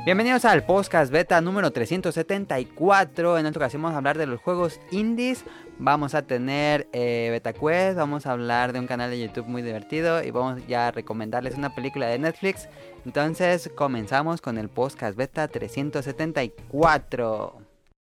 Bienvenidos al podcast beta número 374. En esta ocasión vamos a hablar de los juegos indies. Vamos a tener beta quest, vamos a hablar de un canal de YouTube muy divertido y vamos ya a recomendarles una película de Netflix. Entonces comenzamos con el podcast beta 374.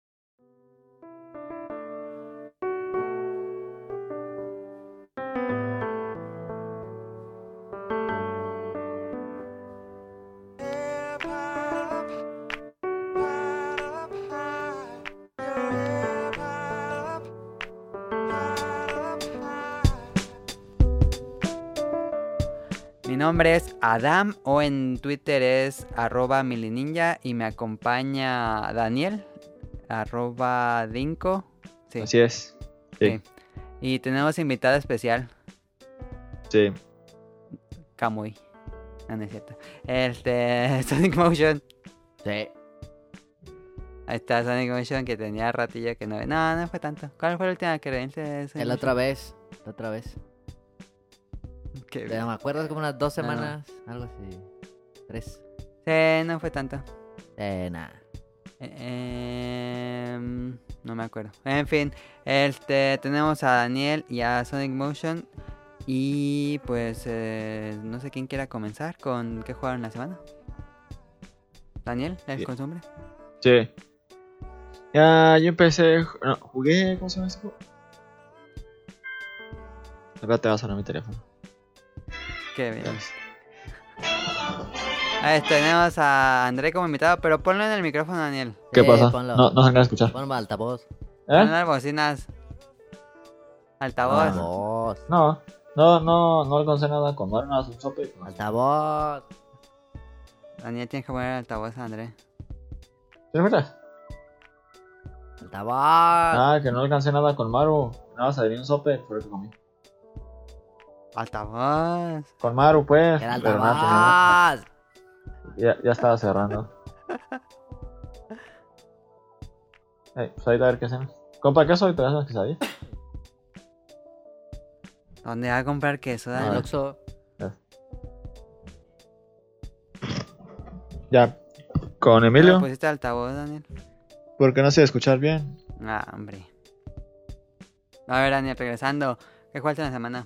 Mi nombre es Adam o en Twitter es @milininja y me acompaña Daniel, @dinko. Sí. Así es. Sí. Y tenemos invitada especial, Sí. Kamui. No es cierto. Sonic Motion. Sí. Ahí está Sonic Motion que tenía ratillo que no... No fue tanto. ¿Cuál fue la última que viste? La otra vez. Qué ¿Me acuerdas? Como unas 2 semanas, algo así. 3. Sí, no fue tanto. Nada. No me acuerdo. En fin, tenemos a Daniel y a Sonic Motion. Y pues no sé quién quiera comenzar con qué jugaron la semana. Daniel, ¿el costumbre? Sí. Ya, yo empecé. No, jugué. ¿Cómo se llama este juego? Espérate, va a sonar mi teléfono. Qué bien. Tenemos a André como invitado, pero ponlo en el micrófono, Daniel. ¿Qué pasa? Ponlo. No se van a escuchar. Ponlo altavoz. Ponlo en las bocinas. Altavoz. Altavoz. No alcancé nada con Marnas, un sope. Altavoz. Daniel tiene que poner altavoz a André. ¿Te escuchas? Altavoz. Que no alcancé nada con Maru. Nada más adherí un sope, por eso comí. Altavoz. Con Maru, pues. El pero nada, altavoz. ya estaba cerrando. Pues ahorita a ver qué hacemos. Compa, ¿qué soy? ¿Te das unas quesadillas? ¿Dónde va a comprar queso, El Daniel? Oxxo. Ya. Con Emilio. ¿Le pusiste altavoz, Daniel? Porque no sé escuchar bien. Ah, hombre. A ver, Daniel, regresando. ¿Qué jugaste en la semana?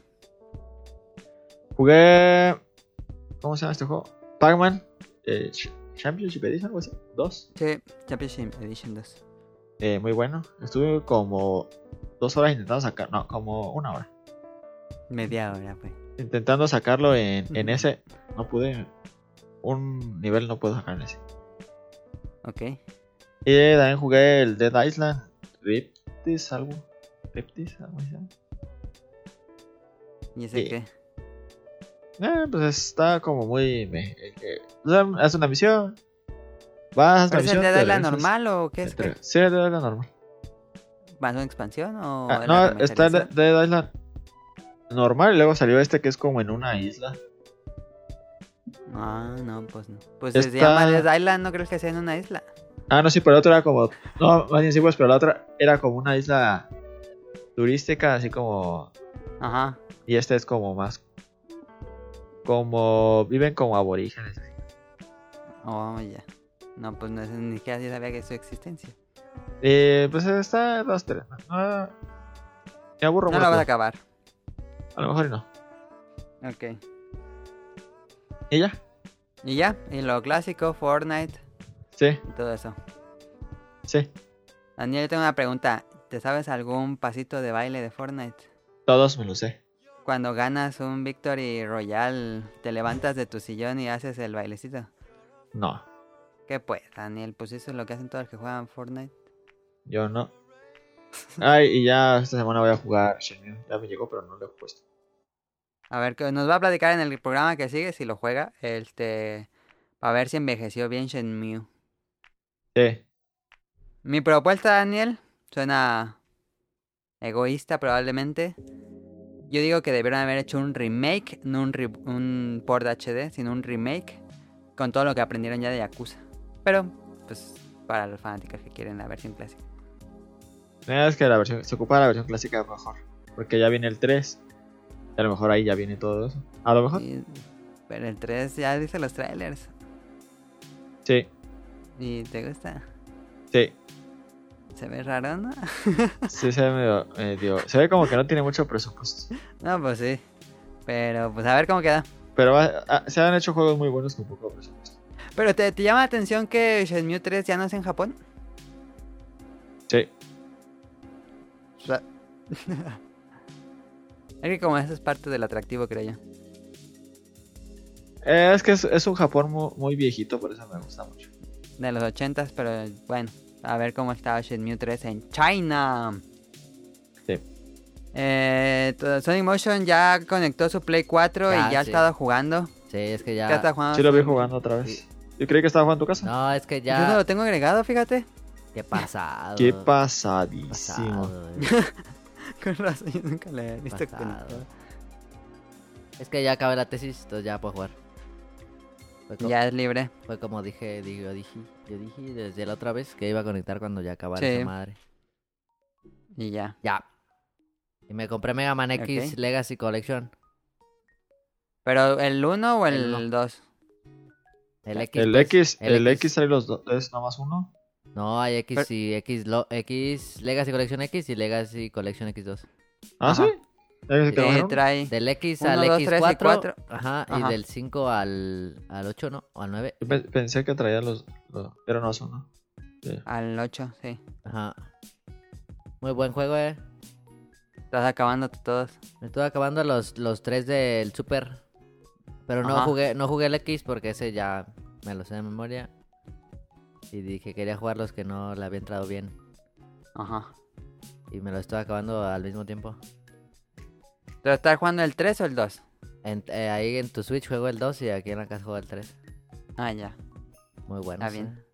Jugué. ¿Cómo se llama este juego? Pac-Man. Championship Edition, algo así. 2. Sí, Championship Edition 2. Muy bueno. Estuve como 2 horas intentando sacar. No, como 1 hora. Media hora, pues. Intentando sacarlo en ese. No pude. Un nivel no puedo sacar en ese. Ok. Y también jugué el Dead Island. Riptis, algo así. ¿Y ese Sí. qué? Pues está como muy. Haz una misión. Vas a ¿Pero una es el misión. Dead te Island regresas. normal o qué es? ¿Qué? Sí, el Dead Island normal. ¿Va a ser una expansión o es la No, está el remasterización? Dead Island normal y luego salió este que es como en una isla. Ah, no, pues no. Pues Está- se llama Dead Island, no creo que sea en una isla. No, sí, pero la otra era como. No, más bien sí, pues, pero la otra era como una isla turística, así como. Ajá. Y este es como más. Como. Viven como aborígenes. Oh, ya. No, pues no, ni siquiera sí sabía que su existencia. Pues está 2-3. No, me aburro No mucho. lo vas a acabar. A lo mejor y no. Ok. ¿Y ya? Y ya, y lo clásico, Fortnite Sí, y todo eso. sí. Daniel, yo tengo una pregunta. ¿Te sabes algún pasito de baile de Fortnite? Todos me lo sé. Cuando ganas un Victory Royale, ¿te levantas de tu sillón y haces el bailecito? No, ¿Qué pues, Daniel? Pues eso es lo que hacen todos los que juegan Fortnite. yo no. Ay, y ya esta semana voy a jugar Shenmue. Ya me llegó, pero no lo he puesto. A ver, que nos va a platicar en el programa que sigue, si lo juega, para ver si envejeció bien Shenmue. Sí. Mi propuesta, Daniel, suena egoísta probablemente. Yo digo que debieron haber hecho un remake, no un port HD, sino un remake con todo lo que aprendieron ya de Yakuza. Pero, pues, para los fanáticos que quieren la versión clásica. Es que se ocupa la versión clásica mejor. Porque ya viene el 3. Y a lo mejor ahí ya viene todo eso. A lo mejor. Pero el 3 ya dice los trailers. Sí. ¿Y te gusta? Sí, Se ve raro, ¿no? sí se ve medio... Se ve como que no tiene mucho presupuesto. No, pues sí. Pero pues a ver cómo queda. Pero se han hecho juegos muy buenos con poco presupuesto. Pero ¿te llama la atención que Shenmue 3 ya no es en Japón? Sí. O sea, es que como eso es parte del atractivo, creo yo. Es que es un Japón muy viejito, por eso me gusta mucho. De los 80s, pero bueno. A ver cómo está Shenmue 3 en China. Sí. Sonic Motion ya conectó su Play 4 y ya ha sí. estado jugando. Sí, es que Ya ya... está jugando. Sí lo vi Sonic. jugando otra vez. Yo creí que estaba jugando en tu casa. No, es que Yo no ya... lo tengo agregado, fíjate. Qué pasado. Qué pasadísimo. pasado, Con razón, yo nunca le he visto pasado. conectado. Es que ya acabé la tesis, entonces ya puedo jugar. Ya es libre. Fue como yo dije desde la otra vez que iba a conectar cuando ya acabara Sí. esa madre. Y ya. Ya. Y me compré Mega Man X Ok. Legacy Collection. ¿Pero el 1 o El el uno. 2? El X. El pues, X, el X trae los dos, ¿es nada más uno? No, hay X Pero- y X Legacy Collection X y Legacy Collection X2. Ah, Ajá. sí. ¿Es el que trajeron? Trae Del X 1, al 2, 3 y X4. 4. Ajá, y Ajá. del 5 al 8, ¿no? O al 9. Yo pensé que traía pero no son, ¿no? Sí. Al 8, sí. Ajá. Muy buen juego, Estás acabando todos. Me estuve acabando los 3 del Super. Pero no Ajá. jugué el X porque ese ya me lo sé de memoria. Y dije quería jugar los que no le había entrado bien. Ajá. Y me lo estoy acabando al mismo tiempo. ¿Pero estás jugando el 3 o el 2? Ahí en tu Switch juego el 2 y aquí en la casa juego el 3. Ah, ya. Muy bueno. Está bien.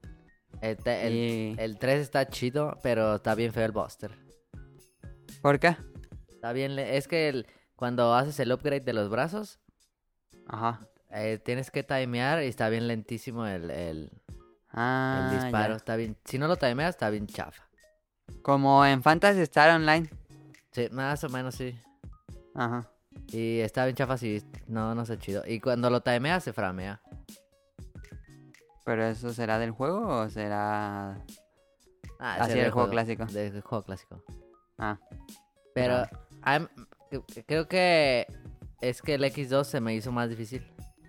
El 3 está chido, pero está bien feo el Buster. ¿Por qué? Está bien, es que cuando haces el upgrade de los brazos, Ajá. tienes que timear y está bien lentísimo el Ah, disparo. ya. Está bien. Si no lo timeas, está bien chafa. Como en Phantasy Star Online. Sí, más o menos sí. Ajá. Y está bien chafa si no sé chido. Y cuando lo timeas se framea. ¿Pero eso será del juego o será...? Así ese del del juego clásico. Del juego clásico. Ah. Pero creo que es que el X2 se me hizo más difícil.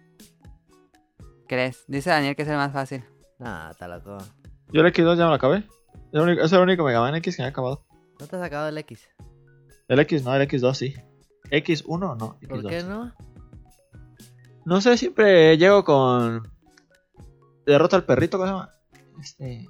¿Crees? Dice Daniel que es el más fácil. Nah, está loco. Yo el X2 ya me lo acabé. Es el único Mega Man X que me ha acabado. ¿No te has sacado el X? El X no, el X2 sí. ¿X1 no? X2. ¿Por qué no? No sé, siempre llego con... Derrota al perrito, ¿cómo se llama?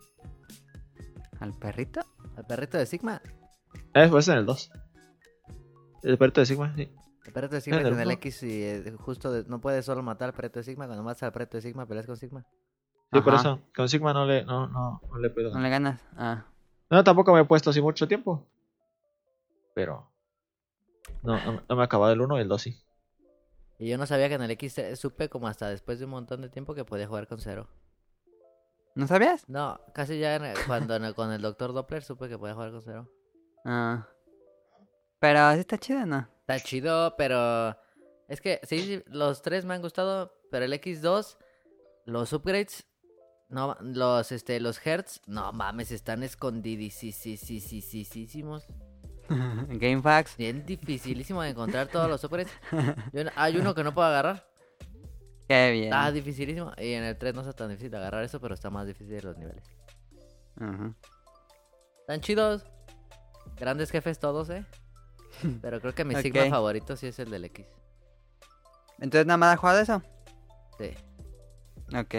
¿Al perrito? ¿El perrito de Sigma? Pues en el 2. El perrito de Sigma, sí. El perrito de Sigma En es el en el uno. X y no puedes solo matar al perrito de Sigma. Cuando matas al perrito de Sigma, peleas con Sigma. Sí, por Ajá. eso. Con Sigma no le puedo. ¿No le ganas? Ah. No, tampoco me he puesto así mucho tiempo. Pero... No me he acabado el 1 y el 2 sí. Y yo no sabía que en el X supe como hasta después de un montón de tiempo que podía jugar con Zero. ¿No sabías? No, casi ya con el Dr. Doppler supe que podía jugar con Zero. Ah. Pero sí está chido, ¿no? Está chido, pero... Es que sí, los 3 me han gustado, pero el X2, los upgrades, no, los hertz, no mames, están escondidísimos. GameFAQs. Bien dificilísimo de encontrar todos los upgrades. Hay uno que no puedo agarrar. Qué bien. Está dificilísimo. Y en el 3 no está tan difícil de agarrar eso, pero está más difícil de los niveles. Ajá. Están chidos. Grandes jefes todos, Pero creo que mi Ok. Sigma favorito sí es el del X. Entonces nada más has jugado eso. Sí. Ok.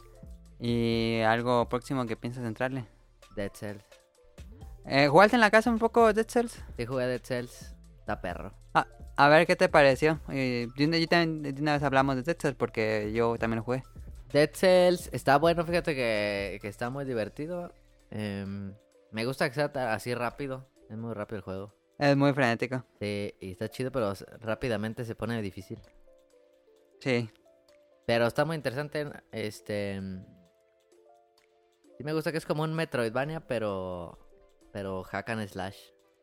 ¿Y algo próximo que piensas entrarle? Dead Cells. ¿Jugaste en la casa un poco Dead Cells? Sí jugué Dead Cells. Está perro. A ver qué te pareció. Yo también de una vez hablamos de Dead Cells porque yo también lo jugué. Dead Cells está bueno, fíjate que está muy divertido. Me gusta que sea así rápido. Es muy rápido el juego. Es muy frenético. Sí, y está chido, pero rápidamente se pone difícil. Sí. Pero está muy interesante. Sí me gusta que es como un Metroidvania, pero hack and slash.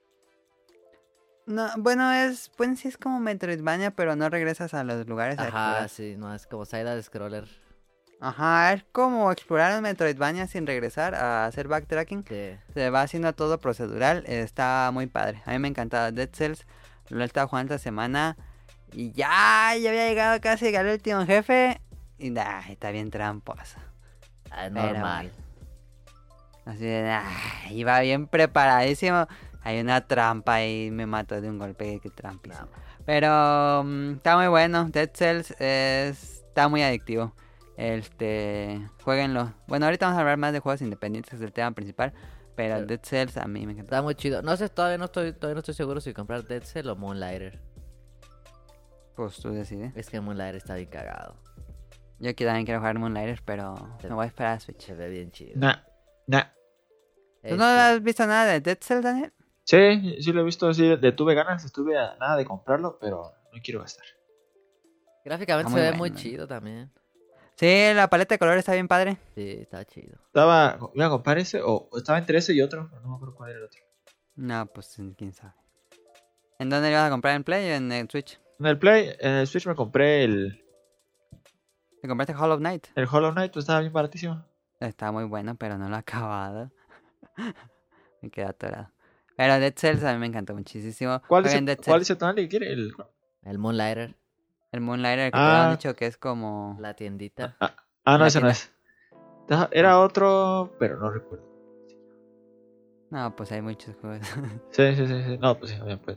No, bueno, sí es como Metroidvania, pero no regresas a los lugares a Ajá, explorar. sí, no, es como side scroller. Ajá, es como explorar un Metroidvania sin regresar a hacer backtracking. Sí. Se va haciendo todo procedural. Está muy padre. A mí me encantaba Dead Cells. Lo he estado jugando esta semana. Y ya había llegado casi al último jefe. Y está bien tramposo. Es Pero normal. Así de, iba bien preparadísimo. Hay una trampa y me mató de un golpe. Qué trampis. No, Pero está muy bueno. Dead Cells está muy adictivo. Jueguenlo. Bueno, ahorita vamos a hablar más de juegos independientes del tema principal. Pero Dead Cells a mí me encanta. está muy chido. No sé, todavía no estoy seguro si comprar Dead Cell o Moonlighter. Pues tú decides. Es que Moonlighter está bien cagado. Yo también quiero jugar Moonlighter, pero me voy a esperar a Switch. Se ve bien chido. Nah. ¿Tú no has visto nada de Dead Cells, Daniel? Sí lo he visto, sí, le tuve ganas, estuve a nada de comprarlo, pero no quiero gastar. Gráficamente Está se muy ve muy bueno. chido también. Sí, la paleta de colores está bien padre. Sí, está chido. Iba a comprar ese, o estaba entre ese y otro, pero no me acuerdo cuál era el otro. No, pues quién sabe. ¿En dónde lo vas a comprar? ¿En Play o en el Switch? En el Switch me compré ¿Te compraste Hollow Knight? el Hollow Knight, pues estaba bien baratísimo. Está muy bueno, pero no lo he acabado. Me queda atorado. Pero Dead Cells a mí me encantó muchísimo. ¿Cuál Jueguen Dead es Cells. el tonal que quiere? El Moonlighter, El Moonlighter que te habían Ah, dicho que es como... la tiendita. no, La ese no tienda. es. Era otro, pero no recuerdo. No, pues hay muchos juegos. Sí. No, pues sí, bien, pues.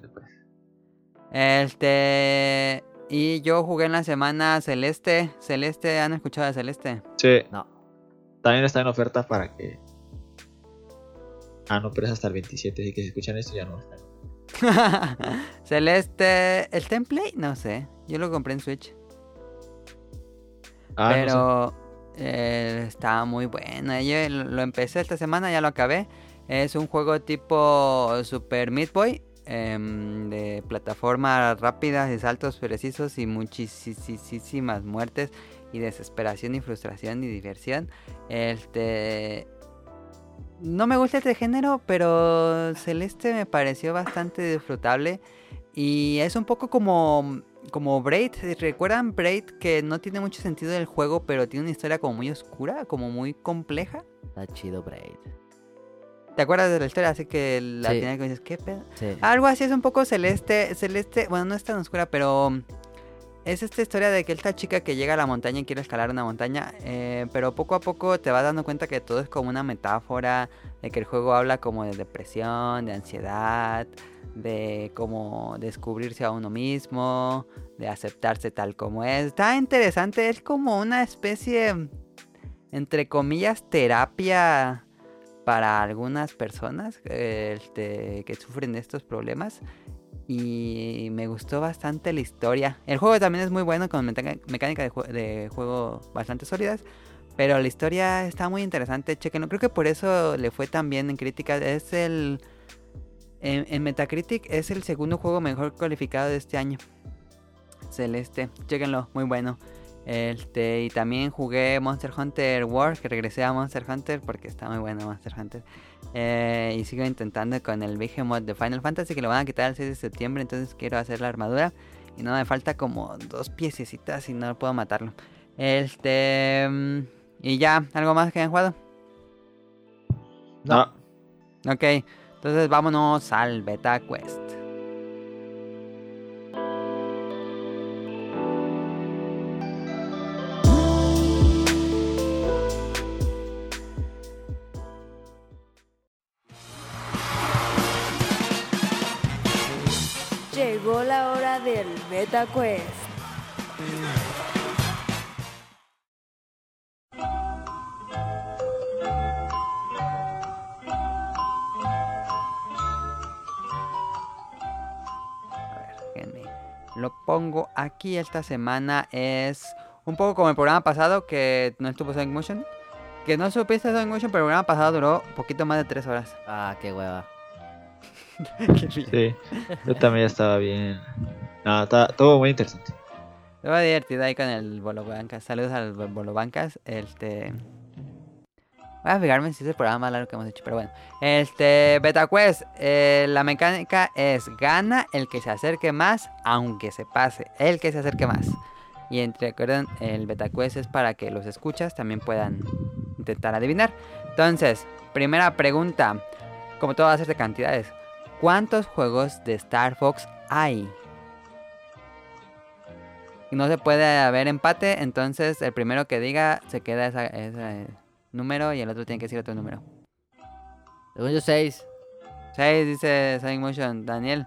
Y yo jugué en la semana Celeste. Celeste, ¿han escuchado de Celeste? Sí, No. también está en oferta para que... no, pero es hasta el 27, así que si escuchan esto ya no está. Celeste, ¿el template? No sé. Yo lo compré en Switch. No sé. Pero está muy bueno. Yo lo empecé esta semana, ya lo acabé. Es un juego tipo Super Meat Boy. De plataformas rápidas y saltos precisos y muchísimas muertes y desesperación y frustración y diversión. No me gusta este género, pero Celeste me pareció bastante disfrutable. Y es un poco como Braid. ¿Recuerdan Braid? Que no tiene mucho sentido el juego, pero tiene una historia como muy oscura, como muy compleja. Está chido, Braid. ¿Te acuerdas de la historia? Así que al Sí. final dices, ¿qué pedo? Sí. Algo así es un poco Celeste. Celeste, bueno, no es tan oscura, pero es esta historia de que esta chica que llega a la montaña y quiere escalar una montaña, pero poco a poco te vas dando cuenta que todo es como una metáfora, de que el juego habla como de depresión, de ansiedad, de cómo descubrirse a uno mismo, de aceptarse tal como es. Está interesante, es como una especie, entre comillas, terapia para algunas personas que sufren de estos problemas. Y me gustó bastante la historia. El juego también es muy bueno, con mecánica de juego bastante sólidas. Pero la historia está muy interesante, chequenlo. Creo que por eso le fue tan bien en críticas. En Metacritic es el segundo juego mejor calificado de este año. Celeste, chequenlo, muy bueno. Y también jugué Monster Hunter World, que regresé a Monster Hunter porque está muy bueno Monster Hunter. Y sigo intentando con el Behemoth de Final Fantasy, que lo van a quitar el 6 de septiembre, entonces quiero hacer la armadura. Y no me falta como 2 piececitas y no puedo matarlo. Y ya, ¿algo más que hayan jugado? No. Ok, entonces vámonos al Beta Quest. Llegó la hora del Beta Quest. A ver, déjenme. Lo pongo aquí esta semana. Es un poco como el programa pasado, que no estuvo Sonic Motion. Que no supiste Sonic Motion, pero el programa pasado duró un poquito más de 3 horas. Ah, qué hueva. Qué bien. Sí, yo también estaba bien. No, todo muy interesante. Estuvo divertido ahí con el Bolo Bancas. Saludos al Bolo Bancas. Voy a fijarme si es el programa más largo que hemos hecho, pero bueno. Beta Quest, la mecánica es gana el que se acerque más, aunque se pase. El que se acerque más. Y recuerden, el beta quest es para que los escuchas también puedan intentar adivinar. Entonces, primera pregunta, como todo va a ser de cantidades, ¿cuántos juegos de Star Fox hay? No se puede haber empate, entonces el primero que diga se queda ese número y el otro tiene que decir otro número. Según yo, 6. 6 dice Sonic Motion. Daniel.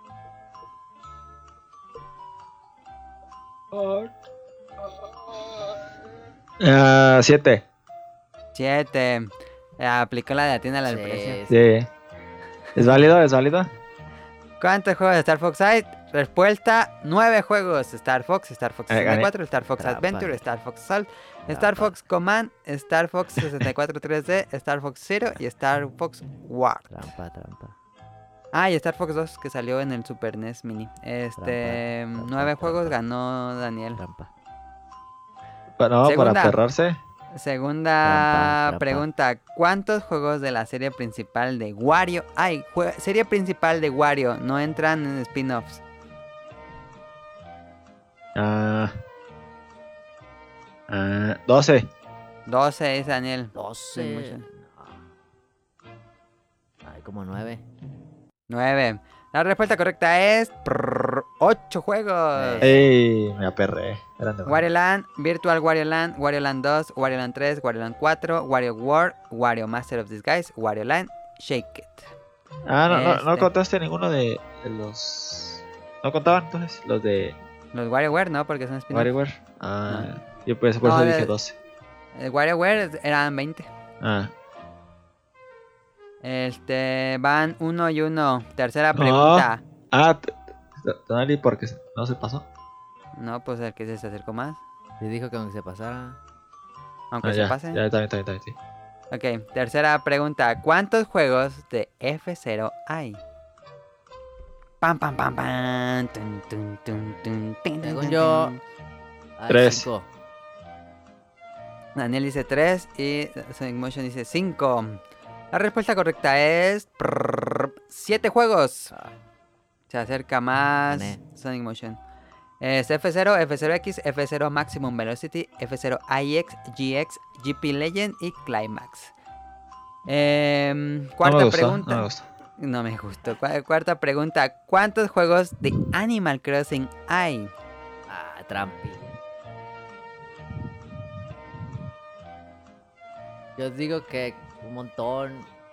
7. 7. Aplicó la de atienda al precio. Sí. ¿Es válido? ¿Es válido? ¿Cuántos juegos de Star Fox hay? Respuesta: 9 juegos. Star Fox 64, Star Fox Trampa. Adventure, Star Fox Assault, Star Trampa. Fox Command, Star Fox 64 3D, Star Fox Zero y Star Fox War. Trampa. Ah, y Star Fox 2 que salió en el Super NES Mini. Trampa, 9 juegos trampa. ganó Daniel. Trampa. No, Segunda. para aferrarse. Segunda Trampa. pregunta. ¿Cuántos juegos de la serie principal de Wario hay? Serie principal de Wario, no entran en spin-offs. 12. 12 es Daniel. 12. Hay como 9. 9. La respuesta correcta es 8 juegos. ¡Ey! Me aperré. Eran de Wario Land, Virtual Wario Land, Wario Land 2, Wario Land 3, Wario Land 4, Wario World, Wario Master of Disguise, Wario Land, Shake It. No contaste ninguno de los. ¿No contaban entonces? Los de Los WarioWare no, porque son spin-offs. WarioWare. Yo pues por No, eso de- dije 12. WarioWare eran 20. Ah. Van 1 y 1. Tercera pregunta. Tonali, porque no se pasó. No, pues el que se acercó más. Y dijo que aunque se pasara. Aunque se Ya, pase. ya, también, sí. Ok, tercera pregunta. ¿Cuántos juegos de F0 hay? Pam, pam, pam, pam. Tun, tun, tun, tun, tun, Según tun, yo, tun. hay 3. 5. Daniel dice 3 y Sonic Motion dice 5. La respuesta correcta es 7 juegos. Se acerca más Gané. Sonic Motion. Es F0, F0X, F0 Maximum Velocity, F0 IX, GX, GP Legend y Climax. Cuarta No me gustó, pregunta. no me gustó. No me gustó. Cuarta pregunta. ¿Cuántos juegos de Animal Crossing hay? Trampi. Yo digo que un montón.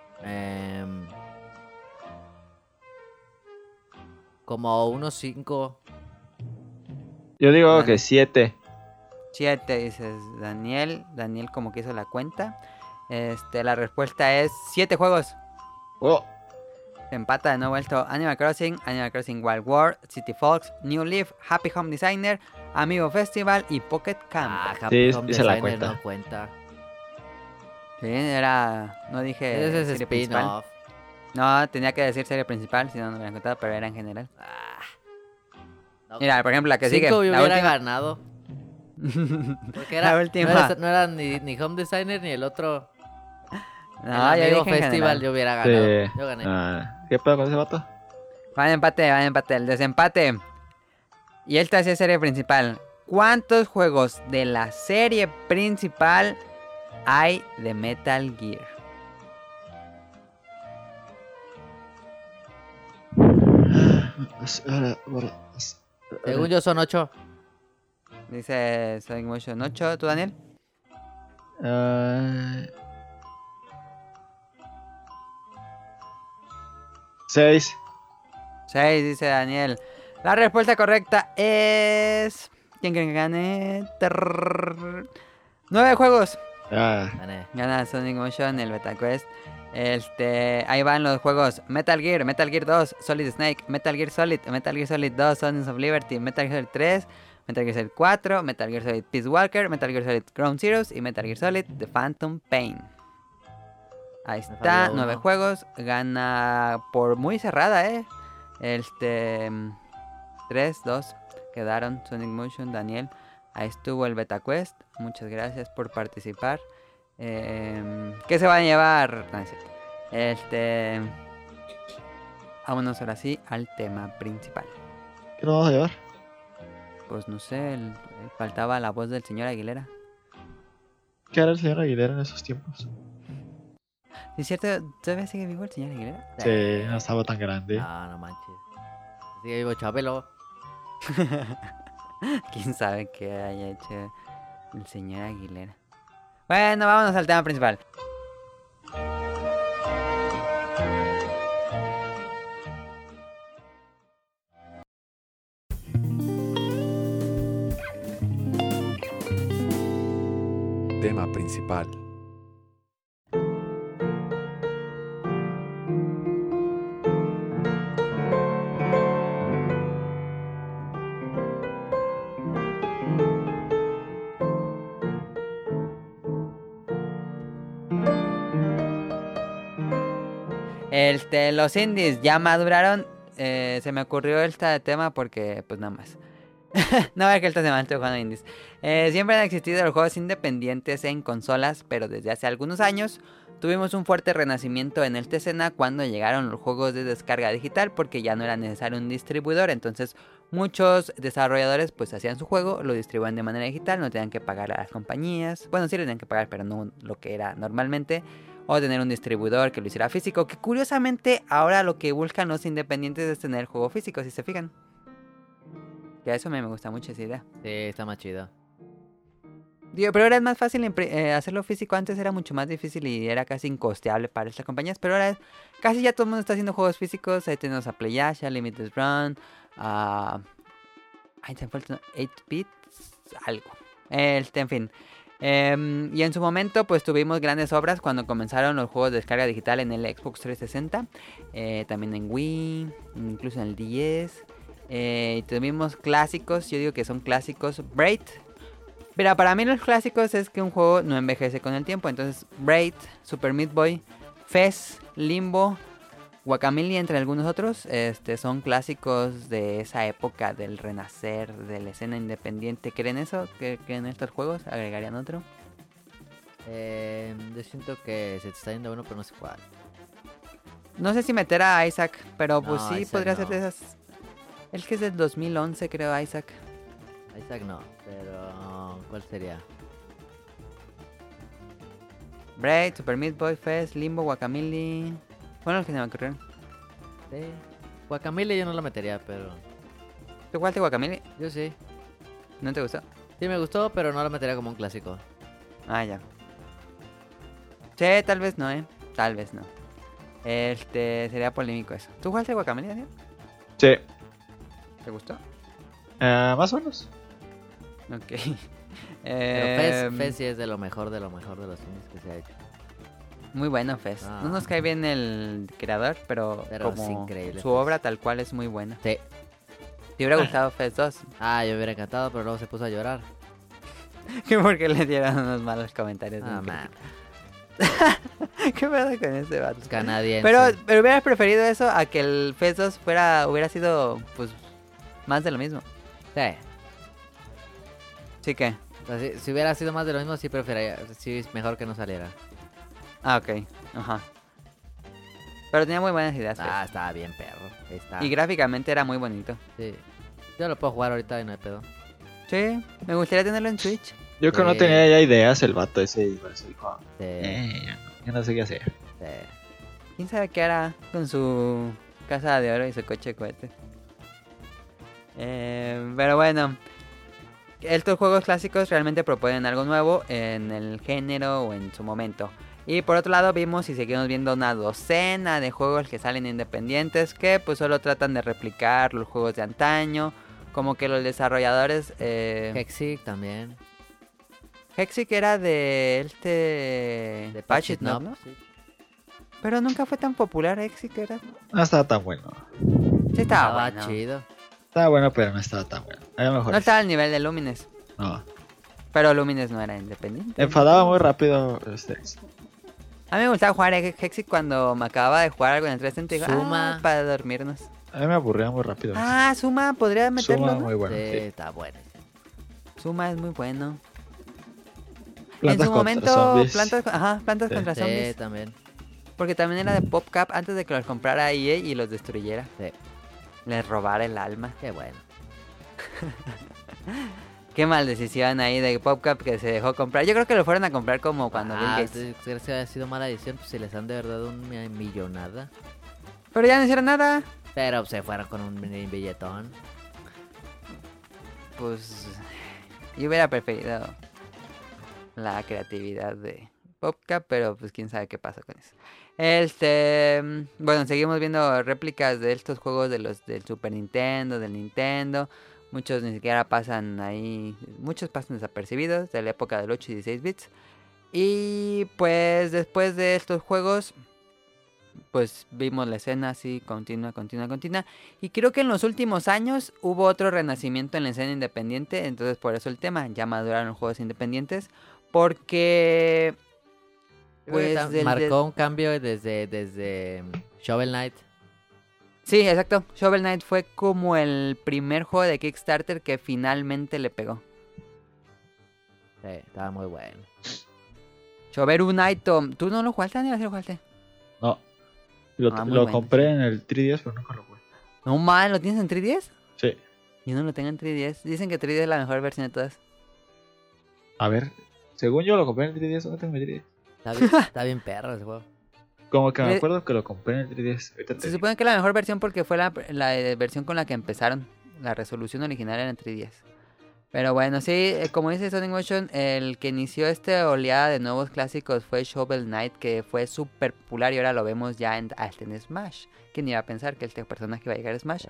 Como unos 5. Yo digo Bueno. que 7. 7, dices Daniel. Daniel como que hizo la cuenta. La respuesta es 7 juegos. Oh, Se empata de nuevo esto. Animal Crossing Wild World, City Folks, New Leaf, Happy Home Designer, Amiibo Festival y Pocket Camp. Happy Sí, Home hice la Designer cuenta. no cuenta. Sí, era... No dije Ese es serie principal. spin-off. No, tenía que decir serie principal, si no, no me hubieran contado, pero era en general. No, Mira, por ejemplo, la que sigue. 5 La hubiera última. ganado. Porque La última. No era ni Home Designer ni el otro. No, el yo Amiibo dije en Festival general. yo hubiera ganado. sí. Yo gané. ¿Qué pedo con ese vato? Van empate. El desempate. Y esta sí es serie principal. ¿Cuántos juegos de la serie principal hay de Metal Gear? Según yo son 8. Dice Sonic Motion 8. ¿Tú, Daniel? 6. 6, dice Daniel. La respuesta correcta es... ¿Quién creen que gane? 9 juegos. Gané. Gana Sonic Motion, el Beta Quest. Ahí van los juegos: Metal Gear 2, Solid Snake, Metal Gear Solid 2, Sons of Liberty, Metal Gear Solid 3, Metal Gear Solid 4, Metal Gear Solid Peace Walker, Metal Gear Solid Ground Zeroes y Metal Gear Solid The Phantom Pain. Ahí está, falló 9 uno. juegos. Gana por muy cerrada, 3-2 quedaron Sonic Motion, Daniel. Ahí estuvo el Beta Quest. Muchas gracias por participar. ¿Qué se va a llevar? No, es cierto. Vámonos ahora sí al tema principal. ¿Qué nos vamos a llevar? pues no sé, faltaba la voz del señor Aguilera. ¿Qué era el señor Aguilera en esos tiempos? ¿Sí ¿Es cierto? ¿Todavía sigue vivo el señor Aguilera? Sí, no estaba tan grande. No, no manches. Sigue vivo Chabelo. ¿Quién sabe qué haya hecho el señor Aguilera? Bueno, vámonos al tema principal. Tema principal. Los indies ya maduraron. Se me ocurrió este tema porque, pues nada más. No es que esta semana estoy jugando indies. Siempre han existido los juegos independientes en consolas, pero desde hace algunos años tuvimos un fuerte renacimiento en esta escena cuando llegaron los juegos de descarga digital, porque ya no era necesario un distribuidor. Entonces muchos desarrolladores pues hacían su juego, lo distribuían de manera digital, no tenían que pagar a las compañías. Bueno, sí le tenían que pagar, pero no lo que era normalmente. O tener un distribuidor que lo hiciera físico. Que curiosamente ahora lo que buscan los independientes es tener el juego físico, si se fijan. Que a eso me gusta mucho esa idea. Sí, está más chido. Digo, pero ahora es más fácil hacerlo físico. Antes era mucho más difícil y era casi incosteable para estas compañías. Pero ahora casi ya todo el mundo está haciendo juegos físicos. Ahí tenemos a PlayAsia, Limited Run, ahí se fue el 8-bits, algo. En fin. Y en su momento pues tuvimos grandes obras cuando comenzaron los juegos de descarga digital en el Xbox 360. También en Wii, incluso en el 10. Tuvimos clásicos, yo digo que son clásicos. Braid. Pero para mí los clásicos es que un juego no envejece con el tiempo. Entonces Braid, Super Meat Boy, Fez, Limbo, Guacamelee, entre algunos otros, son clásicos de esa época del renacer de la escena independiente. ¿Creen eso? ¿Creen estos juegos? ¿Agregarían otro? Yo siento que se te está yendo uno, pero no sé cuál. No sé si meter a Isaac, pero pues No, sí, Isaac podría no. ser de esas. El que es del 2011, creo, Isaac. Isaac no, pero ¿cuál sería? Braid, Super Meat Boy, Fez, Limbo, Guacamelee. Fueron los que se me ocurrieron. Sí. Guacamole yo no lo metería, pero... ¿Tú jugaste Guacamelee? Yo sí. ¿No te gustó? Sí me gustó, pero no lo metería como un clásico. Ah, ya. Sí, tal vez no, Tal vez no. Sería polémico eso. ¿Tú jugaste Guacamelee, Daniel? Sí, ¿Te gustó? más o menos. Ok. Pero Fez sí es de lo mejor de los indies que se ha hecho. Muy bueno, Fez. Ah. No nos cae bien el creador, pero Pero como es increíble, su Fez. obra tal cual es muy buena. Sí. ¿Te hubiera gustado Fez 2? Ah, yo me hubiera encantado, pero luego se puso a llorar. ¿Qué porque le dieron unos malos comentarios? Ah, en man. crítica? ¿Qué pasa con ese vato? Canadiense. Pero hubieras preferido eso a que el Fez 2 hubiera sido, pues, más de lo mismo. Sí. Sí que. O sea, si hubiera sido más de lo mismo, sí preferiría. Sí, es mejor que no saliera. Ah, ok. Ajá. Pero tenía muy buenas ideas, Fez. Ah, estaba bien, perro. Está. Y gráficamente era muy bonito. Sí. Yo lo puedo jugar ahorita y no hay pedo. Sí, me gustaría tenerlo en Switch. Yo creo que no Sí. tenía ya ideas el vato ese y por eso dijo, Sí. ya no sé qué hacer. Sí. ¿Quién sabe qué hará con su casa de oro y su coche de cohete? Pero bueno, estos juegos clásicos realmente proponen algo nuevo en el género o en su momento. Y por otro lado vimos y seguimos viendo una docena de juegos que salen independientes que pues solo tratan de replicar los juegos de antaño. Como que los desarrolladores... Hexic también. Hexic era de De Patch It Not, Knob, ¿no? sí. Pero nunca fue tan popular Hexic, era... No estaba tan bueno. Sí estaba Estaba bueno. chido. Estaba bueno, pero no estaba tan bueno. A lo mejor. No estaba al nivel de Lumines. No. Pero Lumines no era independiente. Enfadaba muy rápido. A mí me gustaba jugar Hexic cuando me acababa de jugar algo en el 360 y digo, Suma. para dormirnos. A mí me aburría muy rápido. Suma, podría meterlo, Suma ¿no? muy bueno. Sí, Sí. está bueno. Suma es muy bueno. Plantas en su contra momento, zombies. plantas Sí. contra Sí, zombies. también. Porque también era de PopCap antes de que los comprara EA y los destruyera. Sí. Les robara el alma. Qué bueno. Qué mal decisión ahí de PopCap que se dejó comprar. Yo creo que lo fueron a comprar como cuando Bill Gates. ¿Crees que ha sido mala decisión? Pues se les han de verdad una millonada. Pero ya no hicieron nada. Pero se fueron con un billetón. Pues yo hubiera preferido la creatividad de PopCap, pero pues quién sabe qué pasa con eso. Bueno, seguimos viendo réplicas de estos juegos de los del Super Nintendo, del Nintendo. Muchos ni siquiera pasan ahí, muchos pasan desapercibidos de la época del 8 y 16 bits. Y pues después de estos juegos, pues vimos la escena así, continua. Y creo que en los últimos años hubo otro renacimiento en la escena independiente. Entonces por eso el tema, ya maduraron los juegos independientes. Porque pues marcó un cambio desde Shovel Knight. Sí, exacto. Shovel Knight fue como el primer juego de Kickstarter que finalmente le pegó. Sí, estaba muy bueno. Shovel Knight, ¿tú no lo jugaste, Daniel? ¿Sí lo jugaste? No. Lo bueno. compré en el 3DS, pero nunca lo jugué. No mal, ¿lo tienes en 3DS? Sí. Yo no lo tengo en 3DS. Dicen que 3DS es la mejor versión de todas. A ver, según yo lo compré en el 3DS, no tengo mi 3DS. Está bien perro ese juego. Como que me acuerdo que lo compré en el 3DS. Se supone que es la mejor versión porque fue la versión con la que empezaron. La resolución original era en 3DS. Pero bueno, sí, como dice Sonic Motion, el que inició esta oleada de nuevos clásicos fue Shovel Knight, que fue súper popular y ahora lo vemos ya hasta en Smash. ¿Quién iba a pensar que este personaje iba a llegar a Smash?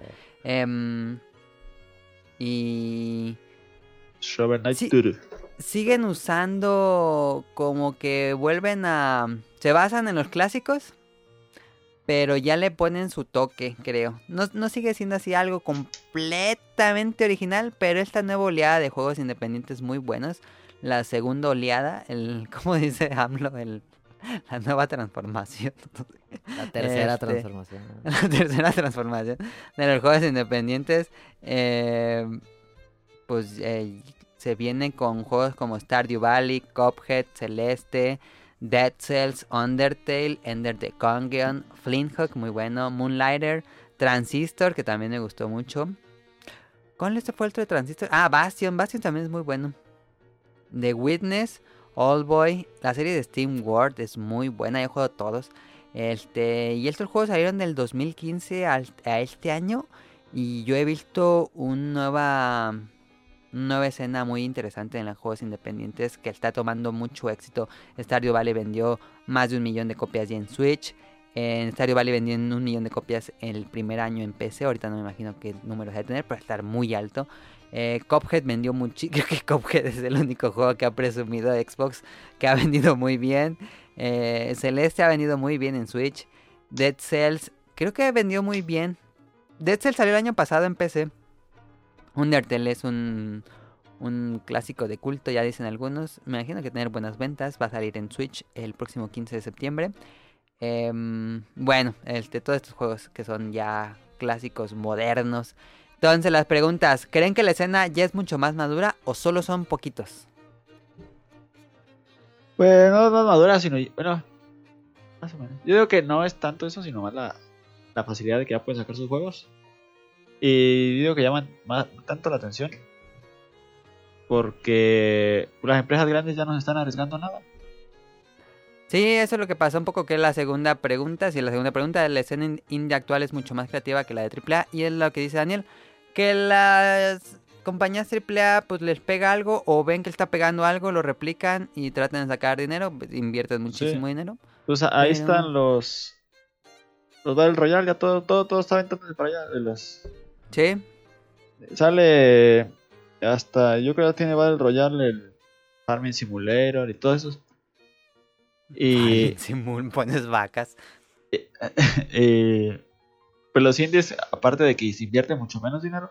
Y... Shovel Knight sí, 2. siguen usando como que vuelven a... Se basan en los clásicos, pero ya le ponen su toque, creo. No sigue siendo así algo completamente original, pero esta nueva oleada de juegos independientes muy buenos. La segunda oleada, ¿cómo dice AMLO? La nueva transformación. La tercera transformación. La tercera transformación de los juegos independientes. Pues se vienen con juegos como Stardew Valley, Cuphead, Celeste, Dead Cells, Undertale, Ender the Gungeon, Flinthawk, muy bueno, Moonlighter, Transistor, que también me gustó mucho. ¿Cuál fue el otro de Transistor? Ah, Bastion también es muy bueno. The Witness, Oldboy, la serie de Steam World es muy buena, yo he jugado todos. Y estos juegos salieron del 2015 a este año y yo he visto una nueva escena muy interesante en los juegos independientes que está tomando mucho éxito. Stardew Valley vendió más de 1 millón de copias ya en Switch. En Stardew Valley vendió 1 millón de copias el primer año en PC. Ahorita no me imagino qué número va a tener, pero va a estar muy alto. Cuphead vendió mucho. Creo que Cuphead es el único juego que ha presumido de Xbox que ha vendido muy bien. Celeste ha vendido muy bien en Switch. Dead Cells creo que vendió muy bien. Dead Cells salió el año pasado en PC. Undertale es un clásico de culto, ya dicen algunos. Me imagino que tener buenas ventas. Va a salir en Switch el próximo 15 de septiembre. Bueno, todos estos juegos que son ya clásicos modernos. Entonces las preguntas, ¿creen que la escena ya es mucho más madura o solo son poquitos? Pues no más madura, sino... Bueno, más o menos. Yo digo que no es tanto eso, sino más la facilidad de que ya pueden sacar sus juegos. Y digo que llaman tanto la atención porque las empresas grandes ya no se están arriesgando nada. Sí, eso es lo que pasa un poco, que es la segunda pregunta. Si la segunda pregunta, la escena indie actual es mucho más creativa que la de AAA. Y es lo que dice Daniel, que las compañías AAA pues les pega algo o ven que está pegando algo, lo replican y tratan de sacar dinero, invierten muchísimo dinero. Pues ahí están los Battle Royale, ya todo está aventándose para allá de los... Sí. Sale hasta, yo creo que tiene Battle Royale el Farming Simulator y todo eso. Y pones vacas. Pues los indies, aparte de que se invierte mucho menos dinero,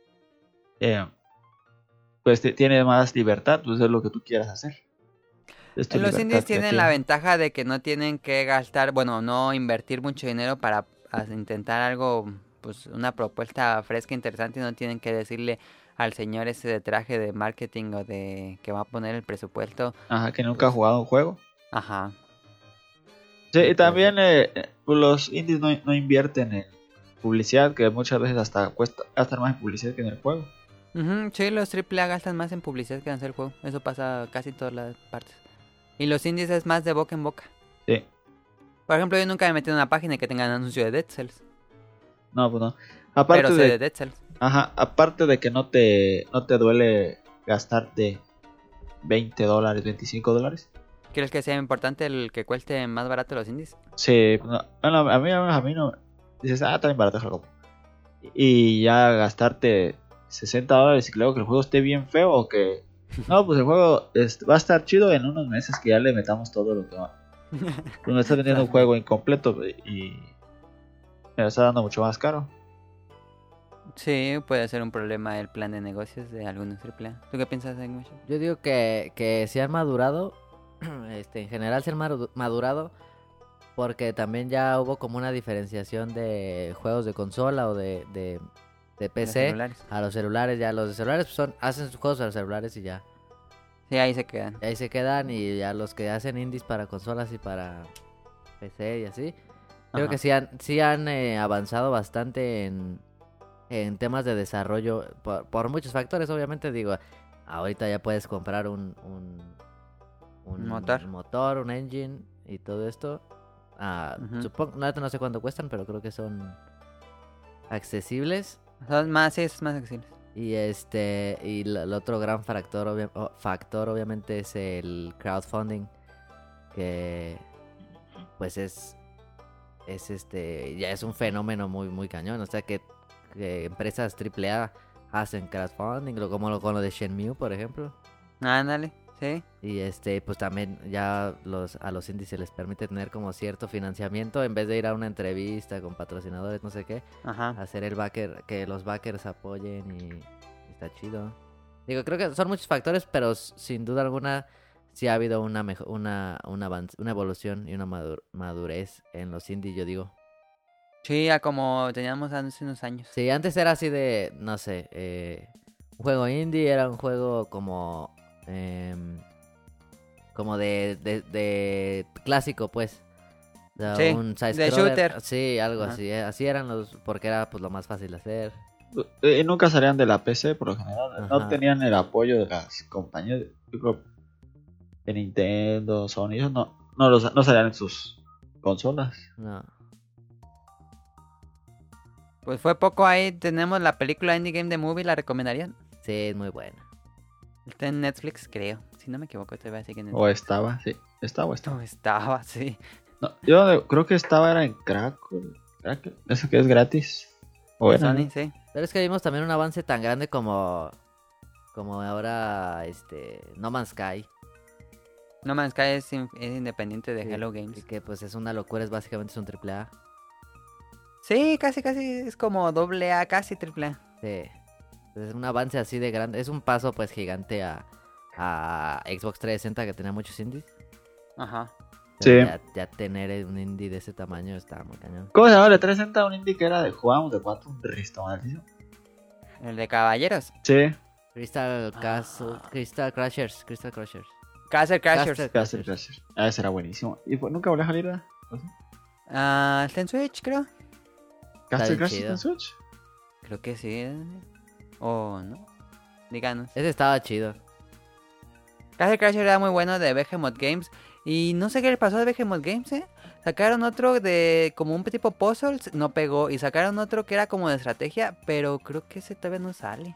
pues tiene más libertad, pues es lo que tú quieras hacer. Los indies tienen la ventaja de que no tienen que gastar, bueno, no invertir mucho dinero para intentar algo, pues una propuesta fresca, interesante, y no tienen que decirle al señor ese de traje de marketing o de que va a poner el presupuesto. Ajá, que nunca ha jugado un juego. Ajá. Sí, y también pues los indies no invierten en publicidad, que muchas veces hasta cuesta gastar más en publicidad que en el juego. Ujú, sí, los AAA gastan más en publicidad que en hacer el juego. Eso pasa casi en todas las partes. Y los indies es más de boca en boca. Sí. Por ejemplo, yo nunca me he metido en una página que tenga un anuncio de Dead Cells. No, pues no. Pero Aparte sé de, de Dead Cells. ajá, aparte de que no te duele gastarte $20, $25. ¿Crees que sea importante el que cueste más barato los indies? Sí, no, bueno, a mí no. Dices, también barato es algo. Y ya gastarte $60 y luego que el juego esté bien feo o que... No, pues el juego va a estar chido en unos meses que ya le metamos todo lo que va. Pues me está vendiendo un juego incompleto y me lo está dando mucho más caro. Sí, puede ser un problema el plan de negocios de algunos AAA. ¿Tú qué piensas, Enguisho? Yo digo que sí han madurado, en general se han madurado, porque también ya hubo como una diferenciación de juegos de consola o de Los PC celulares. a los celulares. Ya los de celulares pues, hacen sus juegos a los celulares y ya. Sí, ahí se quedan. Y ahí se quedan, y ya los que hacen indies para consolas y para PC y así. Creo Ajá. que sí han avanzado bastante en temas de desarrollo por muchos factores. Obviamente digo, ahorita ya puedes comprar un Motor. un engine y todo esto. Ujú. Supongo, no sé cuánto cuestan, pero creo que son accesibles. Son más, sí, es más accesibles. Y el otro gran factor obviamente es el crowdfunding, que pues ya es un fenómeno muy muy cañón. O sea que empresas AAA hacen crowdfunding, con lo de Shenmue, por ejemplo. Ándale, sí. Y pues también ya a los indies se les permite tener como cierto financiamiento en vez de ir a una entrevista con patrocinadores, no sé qué, Ajá. hacer el backer, que los backers apoyen, y está chido. Digo, creo que son muchos factores, pero sin duda alguna sí ha habido un avance, una evolución y una madurez en los indies, yo digo. Sí, a como teníamos hace unos años. Sí, antes era así de, no sé, un juego indie era un juego como de clásico, pues. O sea, Sí, un side de scroller. shooter. Sí, algo Ajá. así. Así eran porque era pues lo más fácil de hacer. Y nunca salían de la PC por lo general. No Ajá. tenían el apoyo de las compañías. Yo creo de Nintendo, Sony. Ellos no salían en sus consolas. No. Pues fue poco ahí. Tenemos la película Indie Game The Movie, ¿la recomendarían? Sí, es muy buena. Está en Netflix, creo. Si no me equivoco, te voy a decir que en O estaba, sí. Estaba. No, estaba, sí. No, yo creo que era en Crackle. Eso que es gratis. O De era, Sony, ¿no? sí. Pero es que vimos también un avance tan grande como ahora No Man's Sky. No Man's Sky es independiente de Sí, Hello y Games. que pues es una locura, básicamente es un AAA. Sí, casi es como doble A, casi triple A. Sí. Es un avance así de grande. Es un paso pues gigante a Xbox 360, que tenía muchos indies. Ajá. Pero Sí. ya tener un indie de ese tamaño está muy cañón. ¿Cómo se llama? Le 360 un indie que era de jugábamos de 4, un resto malísimo. El de Caballeros. Sí. Crystal Crushers. Castle Crashers. Castle Crasher. Ese era buenísimo. ¿Y nunca volvió a salir, verdad? Está en Switch, creo. ¿Castle bien Crasher chido. en Switch? Creo que sí. ¿O no? Díganos. Ese estaba chido. Castle Crasher era muy bueno de Behemoth Games. Y no sé qué le pasó a Behemoth Games, ¿eh? Sacaron otro de como un tipo puzzles, no pegó. Y sacaron otro que era como de estrategia, pero creo que ese todavía no sale.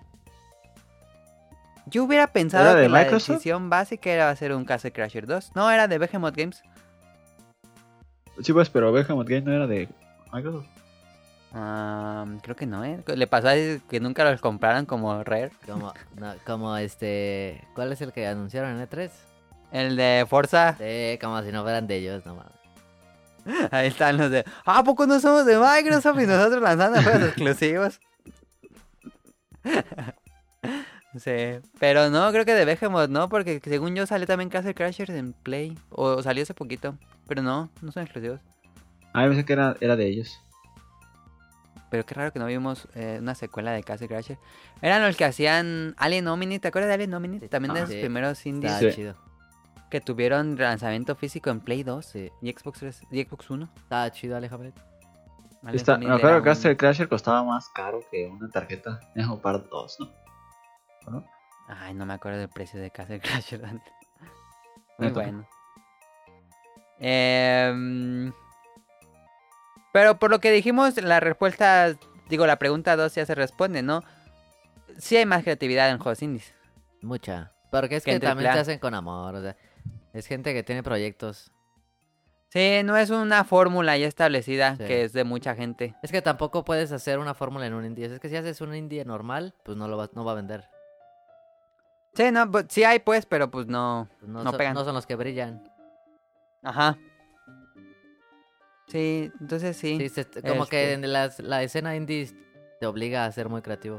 Yo hubiera pensado ¿Era de que la Microsoft? decisión básica era hacer un Castle Crasher 2. No, era de Behemoth Games. Sí, pues, pero Behemoth Game no era de Microsoft. Creo que no, ¿eh? Le pasó a que nunca los compraron como Rare. Como ¿cuál es el que anunciaron en E3? El de Forza. Sí, como si no fueran de ellos, no mames. Ahí están los de... ¿A poco no somos de Microsoft y nosotros lanzando juegos exclusivos? Sí, pero no, creo que de Behemoth no, porque según yo salió también Castle Crashers en Play. O salió hace poquito. Pero no son exclusivos. Yo pensé que era de ellos. Pero qué raro que no vimos una secuela de Castle Crashers. Eran los que hacían Alien Omni, ¿te acuerdas de Alien Omni? Sí. También de los Sí. primeros indies Estaba Sí. chido. que tuvieron lanzamiento físico en Play 2 Sí. y Xbox 3 y Xbox 1. Estaba chido, Alejandro. Alien Me Omni acuerdo era que Castle Crasher costaba más caro que una tarjeta Neo Part 2, ¿no? ¿o no? Ay, no me acuerdo del precio de Castle Crashers. Muy Me toca. bueno. Pero por lo que dijimos, la respuesta, digo, la pregunta 2 ya se responde, ¿no? Sí hay más creatividad en juegos indies. Mucha. Porque es Que que en también se AAA. hacen con amor, o sea, es gente que tiene proyectos. Sí, no es una fórmula ya establecida Sí. que es de mucha gente. Es que tampoco puedes hacer una fórmula en un indie. Es que si haces un indie normal, pues no va a vender. Sí, no, pues, sí hay pues, pero pues no, Pues no pegan. no son los que brillan. Ajá. Sí, entonces sí. Sí, como que Este, en la escena indie te obliga a ser muy creativo.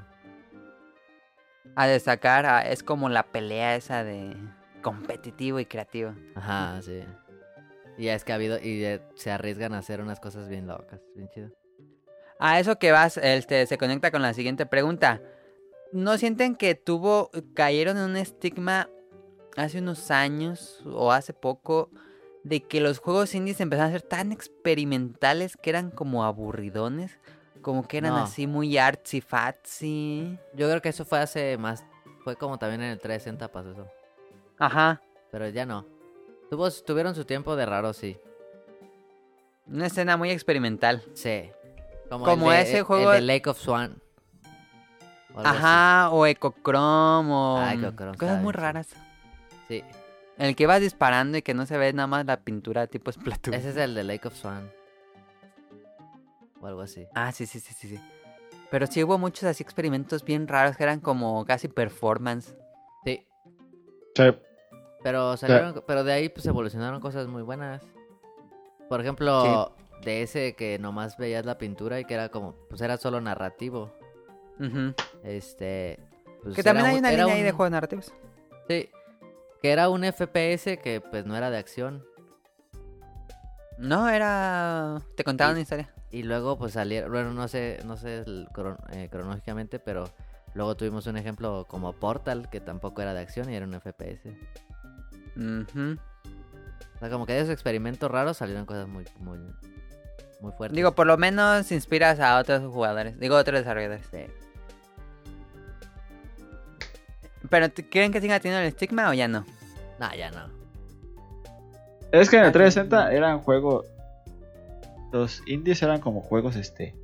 a destacar, es como la pelea esa de competitivo y creativo. Ajá, sí. Y ya es que se arriesgan a hacer unas cosas bien locas, bien chido. A eso que vas, se conecta con la siguiente pregunta. ¿No sienten que cayeron en un estigma hace unos años o hace poco de que los juegos indies empezaron a ser tan experimentales que eran como aburridones? Como que eran No. así muy artsy-fatsy. Yo creo que eso fue como también en el 360 pasó eso. Ajá. Pero ya no. Tuvieron su tiempo de raro, sí. Una escena muy experimental. Sí. Como ese juego- El de Lake of Swan. O algo Ajá, o Ecochrome o Ecochrome cosas estaba muy bien chido. raras. así. Sí. El que vas disparando y que no se ve nada más la pintura tipo Splatoon. Ese es el de Lake of Swan. O algo así. Ah, sí. Pero sí hubo muchos así experimentos bien raros que eran como casi performance. Sí. Sí. Pero de ahí pues evolucionaron cosas muy buenas. Por ejemplo, de ese que nomás veías la pintura y que era como, pues era solo narrativo. Ujú. Pues Que también hay una era línea ahí de juegos narrativos. Sí. Que era un FPS que pues no era de acción. No, era... Te contaban una historia. Y luego pues salieron, bueno, no sé cronológicamente, pero luego tuvimos un ejemplo como Portal, que tampoco era de acción y era un FPS. Ujú. O sea, como que de esos experimentos raros salieron cosas muy fuertes. Digo, por lo menos inspiras a otros jugadores. Digo, otros desarrolladores. Sí. ¿Pero creen que siga teniendo el estigma o ya no? No, ya no. Es que en el 360 eran juegos. Los indies eran como juegos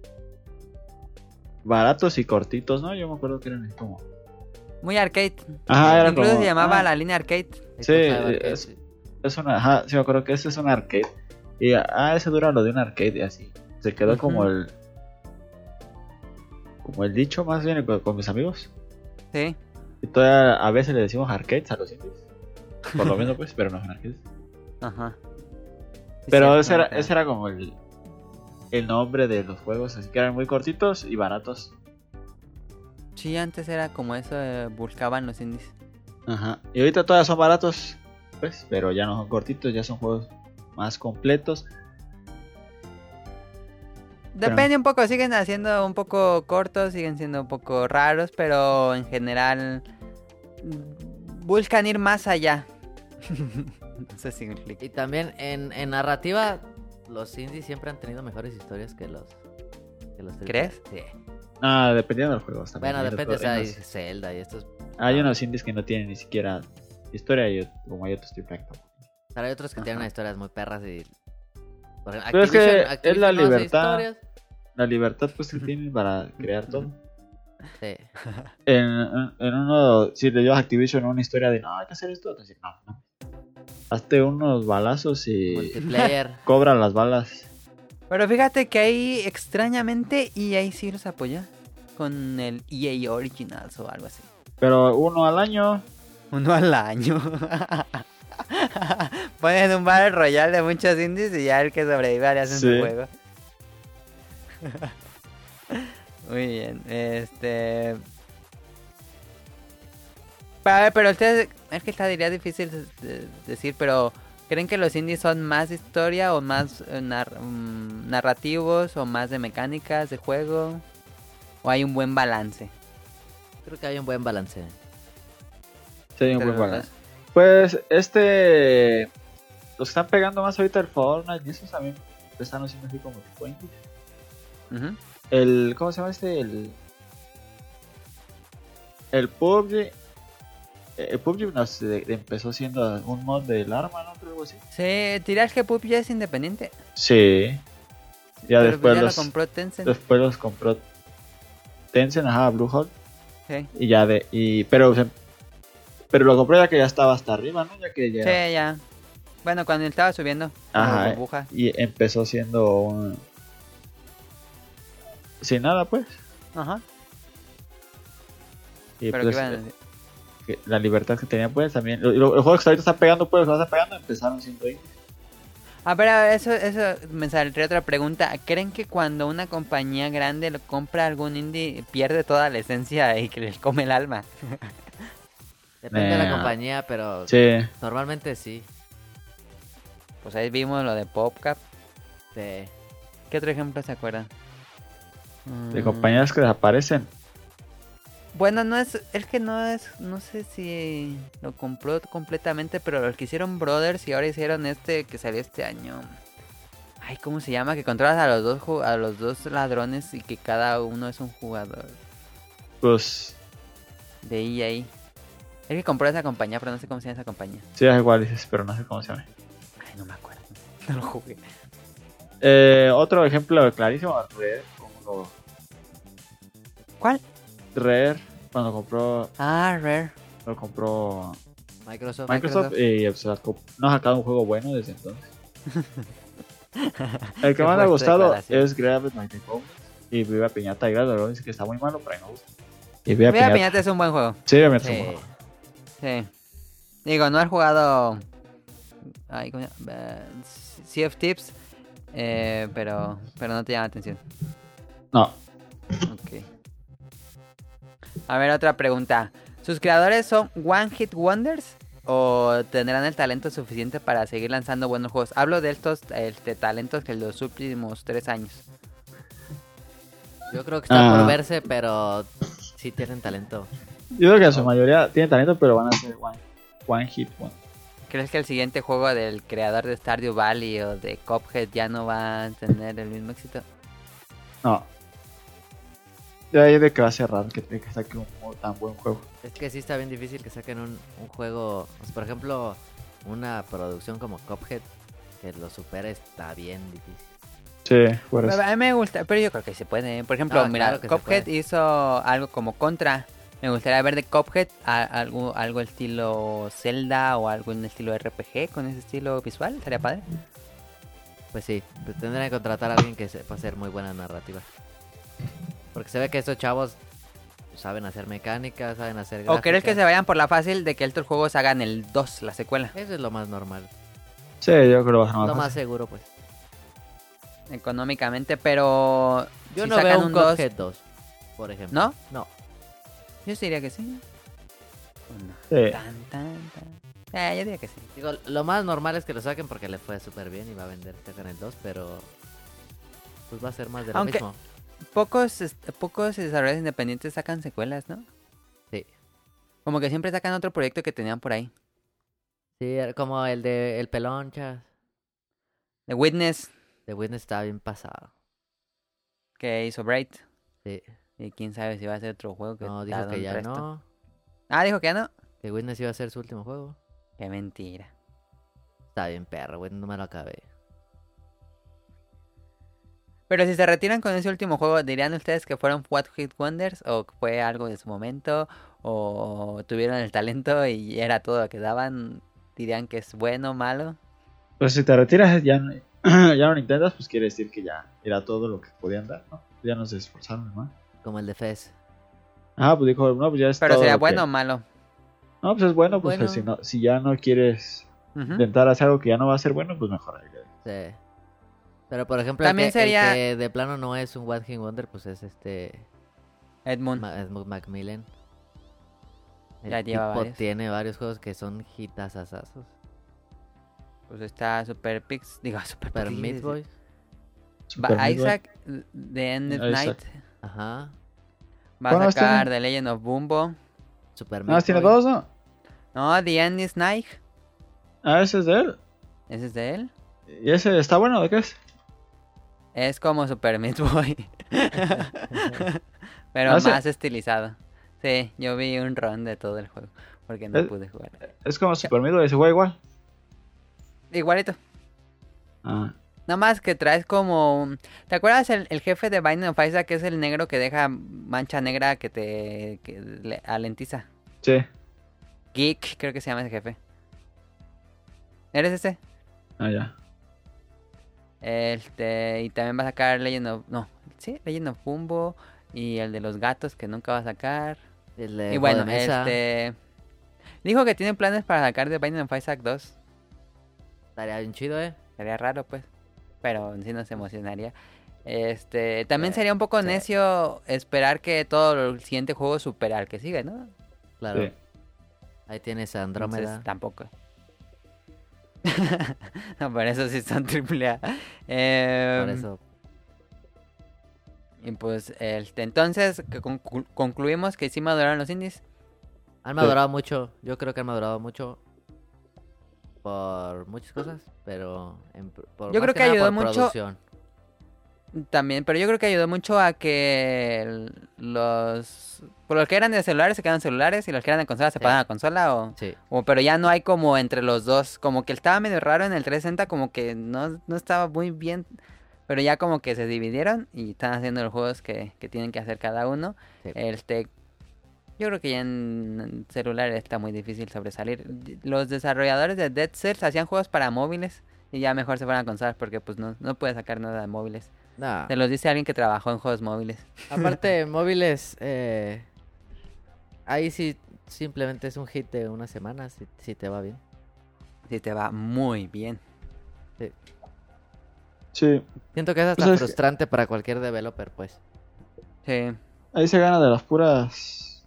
baratos y cortitos, ¿no? Yo me acuerdo que eran como. Muy arcade. Ajá, era Incluso como. se llamaba ah, la línea arcade. Sí, es una. Ajá, sí me acuerdo que ese es un arcade. Y ese dura lo de un arcade y así. Se quedó como Ujú. el. Como el dicho más bien con mis amigos. Sí. Y todavía a veces le decimos arcades a los indies. Por lo menos pues, pero no son arcades. Ajá. Sí, Pero cierto, ese era como el nombre de los juegos, así que eran muy cortitos y baratos. Sí, antes era como eso, buscaban los indies. Ajá. Y ahorita todavía son baratos, pues, pero ya no son cortitos, ya son juegos más completos. Depende un poco, siguen haciendo un poco cortos, siguen siendo un poco raros, pero en general buscan ir más allá. No sé si me explico. Y también en narrativa, los indies siempre han tenido mejores historias que los AAA. ¿Crees? Sí. Dependiendo de los juegos también. Bueno, Hay depende, o otros- sea, hay hay unos- Zelda y estos. hay unos indies que no tienen ni siquiera historia y como hay otros tipo tampoco. Pero hay otros que tienen Ajá. unas historias muy perras y. Por ejemplo, Pero es que es Activision la no hace libertad. historias. La libertad pues que tienen para crear todo. Sí. En uno, si le llevas a Activision una historia de no, hay que hacer esto, te dicen, no. Hazte unos balazos y Multiplayer. cobran las balas. Pero fíjate que ahí extrañamente EA sí los apoya con el EA Originals o algo así. Pero uno al año. Uno al año. Ponen un Battle Royale de muchos indies y ya el que sobreviva le hacen Sí. su juego. Muy bien, A ver, pero ustedes, es que diría difícil decir, pero ¿creen que los indies son más historia o más narrativos o más de mecánicas de juego? ¿O hay un buen balance? Creo que hay un buen balance. Sí, hay un Pero, buen balance. Pues los que están pegando más ahorita el Fortnite y esos también están haciendo así como tipo indies. Ujú. ¿Cómo se llama El PUBG. El PUBG empezó siendo un mod del arma, ¿no? Creo algo así. Sí, dirás que PUBG ya es independiente. Sí. Ya Pero después ya los, lo compró Tencent. después los compró Tencent, ajá, Bluehole. Sí. Y ya pero lo compré ya que ya estaba hasta arriba, ¿no? Ya que ya. Sí, ya. Bueno, cuando estaba subiendo. Como Ajá. burbuja. Y empezó siendo un. Sin nada, pues. Ajá. Y Pero pues, que iban a decir. que la libertad que tenía, pues también. Los juegos que ahorita están pegando, pues, los que están pegando empezaron siendo indies. Pero eso me saldría otra pregunta. ¿Creen que cuando una compañía grande lo compra algún indie pierde toda la esencia y que les come el alma? Depende de la Nah. compañía, pero Sí. normalmente sí. Pues ahí vimos lo de PopCap. Sí. ¿Qué otro ejemplo se acuerdan? De compañías que desaparecen. Bueno, no es que no sé si lo compró completamente, pero los que hicieron Brothers y ahora hicieron este que salió este año. Ay, ¿cómo se llama? Que controlas a los dos ladrones y que cada uno es un jugador Pues. de EA. Es que compró esa compañía, pero no sé cómo se llama esa compañía. Sí, es igual, dices, pero no sé cómo se llama. Ay, no me acuerdo. No lo jugué. Otro ejemplo clarísimo, Rare. ¿Cuál? Rare, cuando compró. Rare. Lo compró Microsoft. Microsoft y pues, no ha sacado un juego bueno desde entonces. El que Qué más me fuerte ha gustado declaración. es Grab It Mighty Bones y Viva Piñata. Y Grab dice que está muy malo, pero a mí me gusta. Y Viva Viva Piñata. Piñata es un buen juego. Sí, Viva Piñata es un Sí. buen juego. Sí. Digo, no he jugado. Ay, ¿cómo se llama? Sea of Tips. Pero no te llama la atención. No, Ok. A ver, otra pregunta. ¿Sus creadores son One Hit Wonders? ¿O tendrán el talento suficiente para seguir lanzando buenos juegos? Hablo de estos talentos que los últimos 3 años. Yo creo que está Ah. por verse, pero sí tienen talento. yo creo que su mayoría tiene talento, pero van a ser one hit one. ¿Crees que el siguiente juego del creador de Stardew Valley o de Cuphead ya no va a tener el mismo éxito? No. Ya hay de que va a ser raro que saque un tan buen juego. Es que sí está bien difícil que saquen un juego. O sea, por ejemplo, una producción como Cuphead que lo supere está bien difícil. Sí, por eso. A mí me gusta, pero yo creo que se puede. Por ejemplo, Ah, mira, claro que se Cuphead puede. hizo algo como Contra. Me gustaría ver de Cuphead algo estilo Zelda o algún estilo RPG con ese estilo visual. Estaría padre. Pues sí, pues tendrían que contratar a alguien que sepa hacer muy buena narrativa. Porque se ve que estos chavos saben hacer mecánica, saben hacer ¿O crees que gráfica. se vayan por la fácil de que estos juegos hagan el 2, la secuela? Eso es lo más normal. Sí, yo creo que va a ser más Lo más fácil. seguro, pues. Económicamente, pero... Yo si no sacan veo un 2, Cuphead 2, por ejemplo. ¿no? No. Yo sí diría que sí. ¿O no? Sí. Yo diría que sí. Digo, lo más normal es que lo saquen porque le fue súper bien y va a vender sacan el 2, pero pues va a ser más de lo Aunque- mismo. Pocos desarrolladores independientes sacan secuelas, ¿no? Sí. Como que siempre sacan otro proyecto que tenían por ahí. Sí, era como el de El Pelonchas. The Witness, The Witness estaba bien pasado. que hizo Braid. Sí. Y quién sabe si va a ser otro juego que No, dijo tarda que un ya resto. no. Dijo que ya no. Que Witness iba a ser su último juego. Qué mentira. Está bien, perro, güey, no me lo acabé. Pero si se retiran con ese último juego, ¿dirían ustedes que fueron What Hit Wonders? ¿O fue algo de su momento? ¿O tuvieron el talento y era todo lo que daban? ¿Dirían que es bueno o malo? Pues si te retiras ya no, ya no lo intentas, pues quiere decir que ya era todo lo que podían dar, ¿no? Ya no se esforzaron más. Como el de Fez. Pues dijo, no, pues ya es Pero todo sería lo que- bueno o malo. No, pues es bueno, pues Bueno. si ya no quieres Ujú. intentar hacer algo que ya no va a ser bueno, pues mejor. Sí. Pero por ejemplo, También el sería- que de plano no es un One Hit Wonder, pues es Edmund. Edmund Macmillan. El Ya lleva tipo varios. tiene varios juegos que son hitasasazos. Pues está Super Pix. Digo, Super Meat Boy. Isaac, The End of Isaac. Night. Ajá. Va a ¿Cuántos sacar tiene? The Legend of Bumbo. Super Nada Meat más tiene Boy. dos, ¿no? No, The End is Night. Ese es de él. ¿Ese es de él? ¿Y ese está bueno? ¿De qué es? Es como Super Meat Boy. Pero Ah, sí. más estilizado. Sí, yo vi un run de todo el juego porque no Eh. pude jugar. Es como Super Meat Boy, se juega igual. Igualito. Ah, Nada más que traes como... ¿Te acuerdas el jefe de Binding of Isaac que es el negro que deja mancha negra que alentiza? sí. Geek, creo que se llama ese jefe. ¿Eres ese? Ah, ya. Y también va a sacar Legend of... No, sí, Legend of Pumbo. Y el de los gatos que nunca va a sacar. El de Y juego bueno, de mesa. dijo que tiene planes para sacar de Binding of Isaac 2. Estaría bien chido, Sería raro, pues. Pero sí nos emocionaría. También Sí, sería un poco sí. necio esperar que todo el siguiente juego supere al que sigue, ¿no? Claro. Sí. Ahí tienes a Entonces, Andrómeda. tampoco. No, por eso sí son triple A. Por eso. Y pues, entonces, que concluimos que sí maduraron los indies. Han madurado mucho. Yo creo que han madurado mucho. Por muchas cosas. Pero. Yo más creo que nada ayudó por mucho. producción. También, pero yo creo que ayudó mucho a que por los que eran de celulares se quedan celulares y los que eran de consola se Sí. pasan a consola Sí. pero ya no hay como entre los dos, como que estaba medio raro en el 360, como que no estaba muy bien, pero ya como que se dividieron y están haciendo los juegos que tienen que hacer cada uno. Sí. Yo creo que ya en celular está muy difícil sobresalir. Los desarrolladores de Dead Cells hacían juegos para móviles y ya mejor se fueron a consolas porque pues no puede sacar nada de móviles. Nah. Se los dice alguien que trabajó en juegos móviles. Aparte, móviles. Ahí sí. Simplemente es un hit de una semana. Si te va bien. Sí te va muy bien. Sí. Siento que es hasta Pues es que- frustrante para cualquier developer, pues. Sí. Ahí se gana de las puras.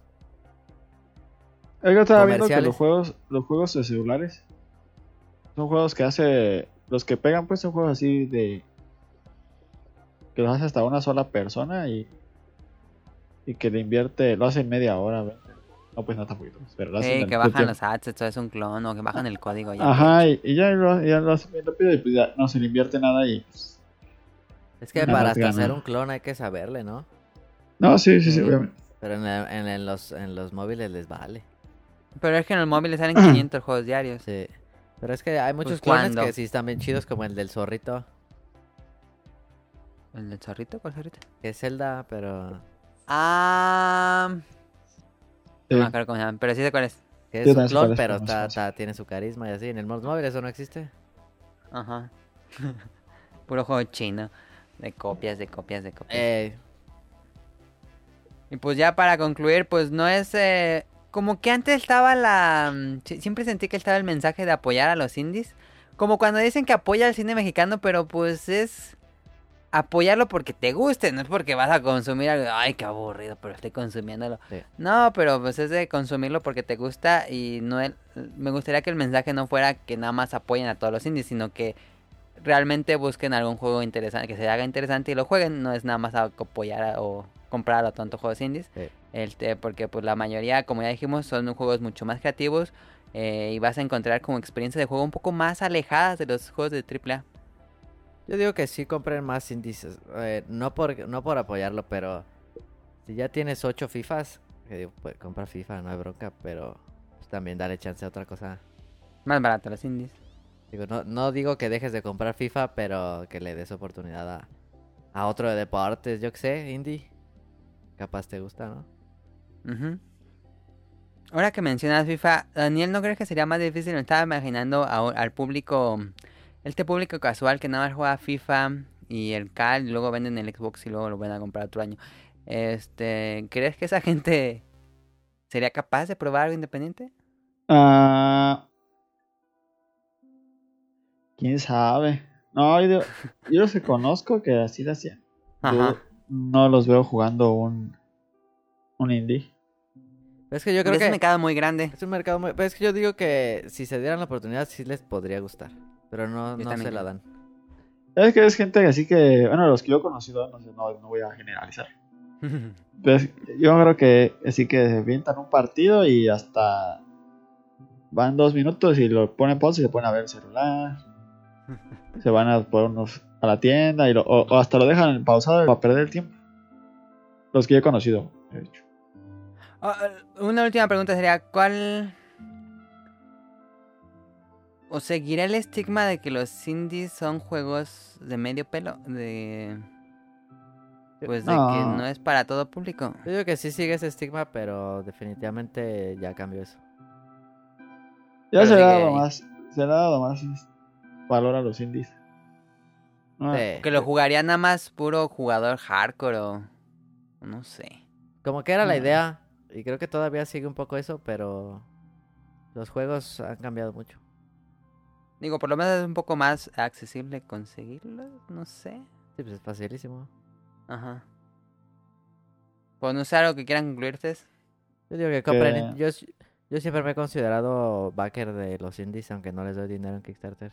Yo estaba viendo que Comerciales. los juegos de celulares son juegos que hace. Los que pegan, pues son juegos así de. Que los hace hasta una sola persona y que le invierte. Lo hace en media hora, 20. No, pues no tan poquito, pero lo hacen Sí, en que el bajan tiempo. los ads, esto es un clon, o que bajan el código ya. Ajá, y ya lo hace bien rápido y pues ya no se le invierte nada y pues. Es que Una para práctica, hasta hacer ¿no? un clon hay que saberle, ¿no? No, sí, Sí. obviamente. Pero en los móviles les vale. Pero es que en el móvil salen 500 juegos diarios. Sí. Pero es que hay muchos Pues, clones ¿cuándo? que sí están bien chidos, como el del zorrito. ¿El del zorrito? ¿Cuál zorrito? Que es Zelda, pero. Ah, Sí. no me acuerdo cómo se llama, pero sí sé cuál es. Que Yo es un también sé cuál clon, es, pero pero no sé cómo se llama. tiene su carisma y así. En el móvil eso no existe. Ajá. Puro juego chino. De copias, de copias, de copias. Y pues ya para concluir, pues no es... como que antes estaba siempre sentí que estaba el mensaje de apoyar a los indies. Como cuando dicen que apoya al cine mexicano, pero pues es... apoyarlo porque te guste, no es porque vas a consumir algo, ay, qué aburrido, pero estoy consumiéndolo. Sí. No, pero pues es de consumirlo porque te gusta y me gustaría que el mensaje no fuera que nada más apoyen a todos los indies, sino que realmente busquen algún juego interesante, que se haga interesante y lo jueguen, no es nada más apoyar o comprar a lo tonto juegos indies. Sí. Porque pues la mayoría, como ya dijimos, son juegos mucho más creativos y vas a encontrar como experiencias de juego un poco más alejadas de los juegos de AAA. Yo digo que sí compren más indies. No por apoyarlo, pero si ya tienes 8 FIFAs, que digo, pues compra FIFA, no hay bronca, pero pues, también dale chance a otra cosa. Más barato los indies. Digo, no digo que dejes de comprar FIFA, pero que le des oportunidad a otro de deportes, yo que sé, indie. Capaz te gusta, ¿no? Ujú. Ahora que mencionas FIFA, Daniel, ¿no crees que sería más difícil? Me estaba imaginando al público, público casual que nada más juega FIFA y el CAL y luego venden el Xbox y luego lo van a comprar otro año. ¿Crees que esa gente sería capaz de probar algo independiente? ¿Quién sabe? No, yo los que conozco que así lo hacían. Yo Ajá. no los veo jugando un indie. Pero es que yo creo Porque es que un mercado muy grande. es un mercado muy... Pero es que yo digo que si se dieran la oportunidad sí les podría gustar. Pero no Yo se también la creo. dan. Es que es gente así que, bueno, los que yo he conocido, no sé, no voy a generalizar. Pues, yo creo que así que se avientan un partido y hasta van 2 minutos y lo ponen pausa y se ponen a ver el celular. Se van a por a la tienda o hasta lo dejan pausado para perder el tiempo. Los que yo he conocido, de hecho. Una última pregunta sería, ¿cuál... ¿O seguirá el estigma de que los indies son juegos de medio pelo? Pues de No. que no es para todo público. Yo digo que sí sigue ese estigma, pero definitivamente ya cambió eso. Ya Pero se le ha sigue dado ahí. más. Se le ha dado más valor a los indies. Ah, Sí. Que lo jugaría nada más puro jugador hardcore o no sé. Como que era la No. idea, y creo que todavía sigue un poco eso, pero los juegos han cambiado mucho. Digo, por lo menos es un poco más accesible conseguirlo, no sé. Sí, pues es facilísimo. Ajá. Pues no sé, algo que quieran concluirte. Yo digo que compren. Yo siempre me he considerado backer de los indies, aunque no les doy dinero en Kickstarter.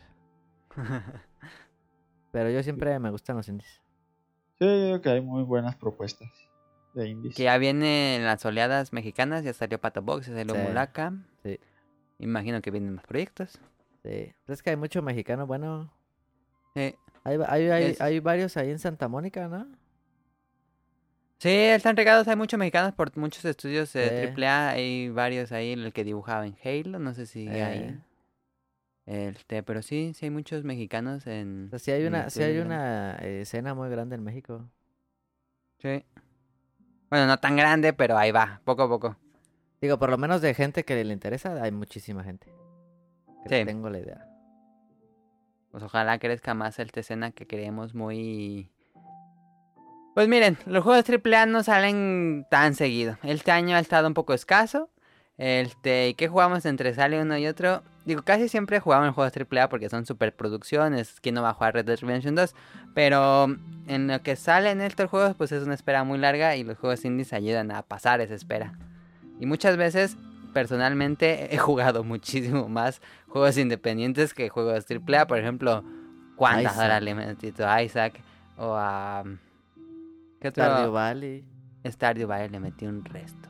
Pero yo siempre me gustan los indies. Sí, yo creo que hay muy buenas propuestas de indies. Que ya vienen las oleadas mexicanas, ya salió Pato Box, ya salió Sí. Mulaka. Sí. Imagino que vienen más proyectos. Sí. Pues es que hay mucho mexicano bueno. Sí. Hay Es- varios ahí en Santa Mónica, ¿no? Sí, están regados, hay muchos mexicanos por muchos estudios Sí. AAA, hay varios ahí, el que dibujaba en Halo, no sé si sigue ahí. Pero sí, sí hay muchos mexicanos en... O sea, sí hay en una estudios grandes. una escena muy grande en México. Sí. Bueno, no tan grande, pero ahí va, poco a poco. Digo, por lo menos de gente que le interesa, hay muchísima gente. Creo Sí. que tengo la idea. Pues ojalá crezca más esta escena que creemos muy... Pues miren, los juegos AAA no salen tan seguido. Este año ha estado un poco escaso. ¿Y qué jugamos entre sale uno y otro? Digo, casi siempre jugamos en juegos AAA porque son superproducciones. ¿Quién no va a jugar Red Dead Redemption 2? Pero en lo que salen estos juegos, pues es una espera muy larga y los juegos indies ayudan a pasar esa espera. Y muchas veces, personalmente, he jugado muchísimo más juegos independientes que juegos AAA. Por ejemplo, ¿cuántas Isaac. horas le he metido a Isaac? O a... ¿Qué otro? Stardew Valley. Stardew Valley le metí un resto.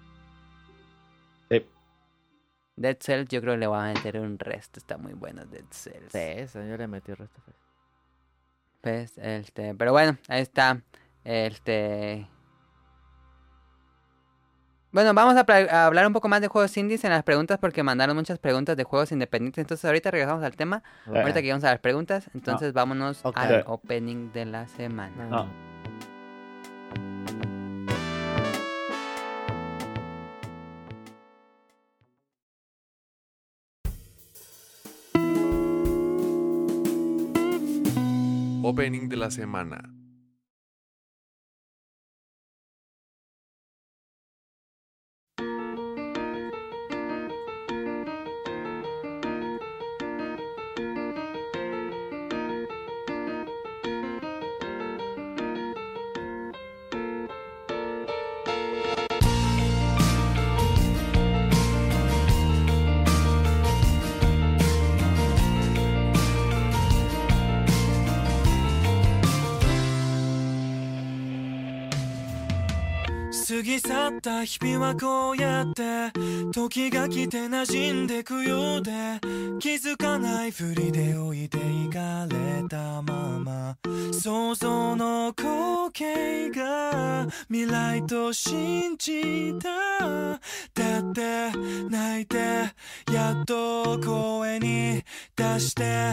Sí. Dead Cells yo creo que le voy a meter un resto. Está muy bueno Dead Cells. Sí, eso yo le metí el resto. Pues, pero bueno, ahí está. Bueno, vamos a hablar un poco más de juegos indies en las preguntas porque mandaron muchas preguntas de juegos independientes. Entonces ahorita regresamos al tema. Ahorita que llegamos a las preguntas, entonces vámonos Ok. al opening de la semana. No. Opening de la semana. 「過ぎ去った日々はこうやって時が来て馴染んでくようで気づかないふりで置いていかれたまま想像の光景が未来と信じただって泣いてやっと声に出して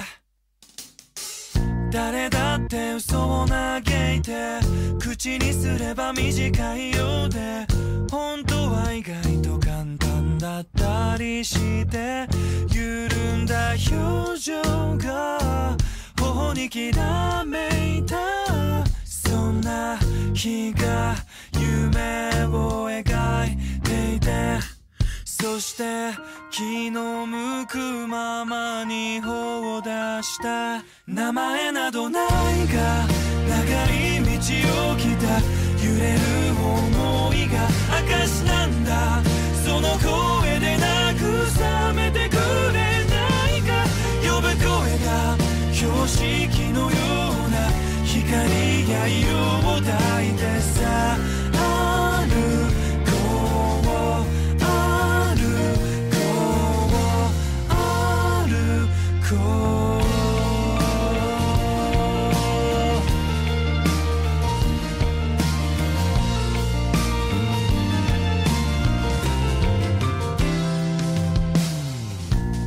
誰だって嘘を嘆いて口にすれば短いようで本当は意外と簡単だったりして緩んだ表情が頬にきらめいたそんな日が夢を描いていてそして気の向くままに頬を出した名前などないが長い道を来た揺れる想いが証なんだその声で慰めてくれないか呼ぶ声が標識のような光や色を抱いてさ歩こう歩こう歩こう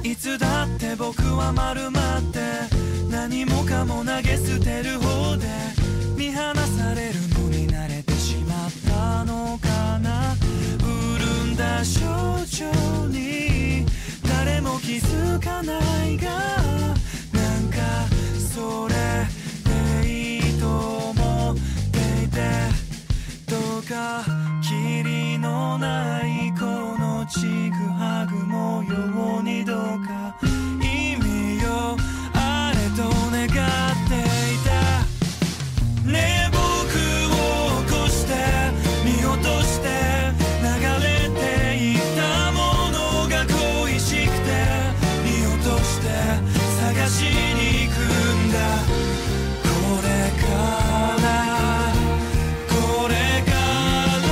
いつだって僕は丸まって何もかも投げ捨てる方で見放されるのに慣れてしまったのかな。潤んだ象徴に誰も気づかないがなんかそれでいいと思っていてどうかキリのないこのちぐはぐ模様にどうか意味をあれと願っていたねえ僕を起こして見落として流れていったものが恋しくて見落として探しに行くんだこれからこれから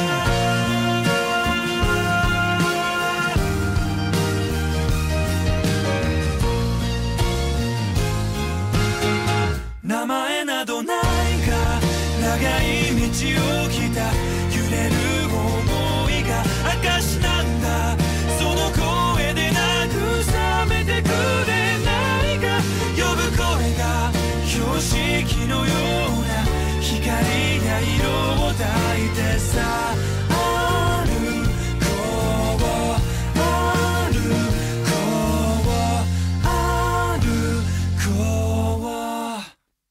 名前などないが長い道を来た揺れる想いが証なんだその声で慰めてくれないか呼ぶ声が標識のような光や色を抱いてさあるこうあるこうあるこう